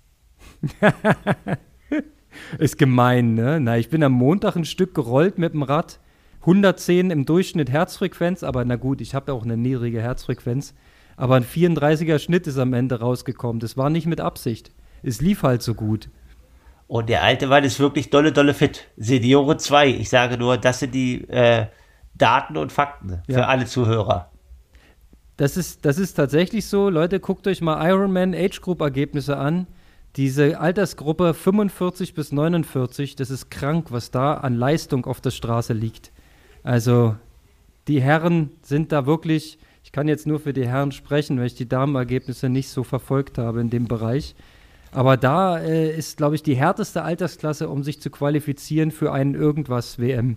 Speaker 1: Ist gemein, ne? Na, ich bin am Montag ein Stück gerollt mit dem Rad. 110 im Durchschnitt Herzfrequenz, aber na gut, ich habe ja auch eine niedrige Herzfrequenz. Aber ein 34er Schnitt ist am Ende rausgekommen. Das war nicht mit Absicht. Es lief halt so gut.
Speaker 2: Und der alte Mann ist wirklich dolle fit. Seniore 2. Ich sage nur, das sind die Daten und Fakten für alle Zuhörer.
Speaker 1: Das ist tatsächlich so. Leute, guckt euch mal Ironman Age Group Ergebnisse an. Diese Altersgruppe 45 bis 49, das ist krank, was da an Leistung auf der Straße liegt. Also die Herren sind da wirklich, ich kann jetzt nur für die Herren sprechen, weil ich die Damenergebnisse nicht so verfolgt habe in dem Bereich. Aber da ist, glaube ich, die härteste Altersklasse, um sich zu qualifizieren für einen Irgendwas-WM.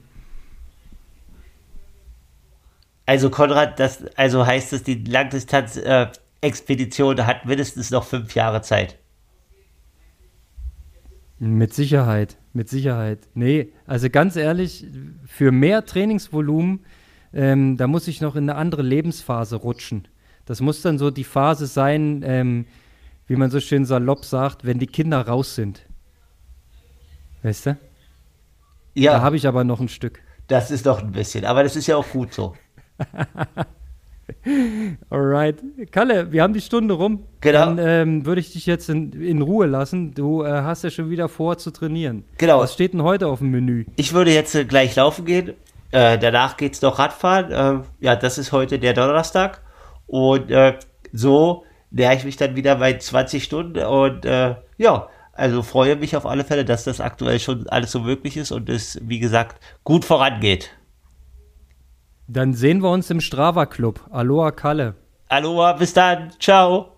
Speaker 2: Also Konrad, also heißt es, die Langdistanz-Expedition hat mindestens noch 5 Jahre Zeit.
Speaker 1: Mit Sicherheit, mit Sicherheit. Nee, also ganz ehrlich, für mehr Trainingsvolumen, da muss ich noch in eine andere Lebensphase rutschen. Das muss dann so die Phase sein, wie man so schön salopp sagt, wenn die Kinder raus sind. Weißt du?
Speaker 2: Ja.
Speaker 1: Da habe ich aber noch ein Stück.
Speaker 2: Das ist doch ein bisschen, aber das ist ja auch gut so.
Speaker 1: Alright. Kalle, wir haben die Stunde rum.
Speaker 2: Genau.
Speaker 1: Dann würde ich dich jetzt in Ruhe lassen. Du hast ja schon wieder vor zu trainieren.
Speaker 2: Genau.
Speaker 1: Was steht denn heute auf dem Menü?
Speaker 2: Ich würde jetzt gleich laufen gehen. Danach geht's noch Radfahren. Ja, das ist heute der Donnerstag. Und so nähere ich mich dann wieder bei 20 Stunden. Und ja, also freue mich auf alle Fälle, dass das aktuell schon alles so möglich ist und es, wie gesagt, gut vorangeht.
Speaker 1: Dann sehen wir uns im Strava-Club. Aloha, Kalle.
Speaker 2: Aloha, bis dann. Ciao.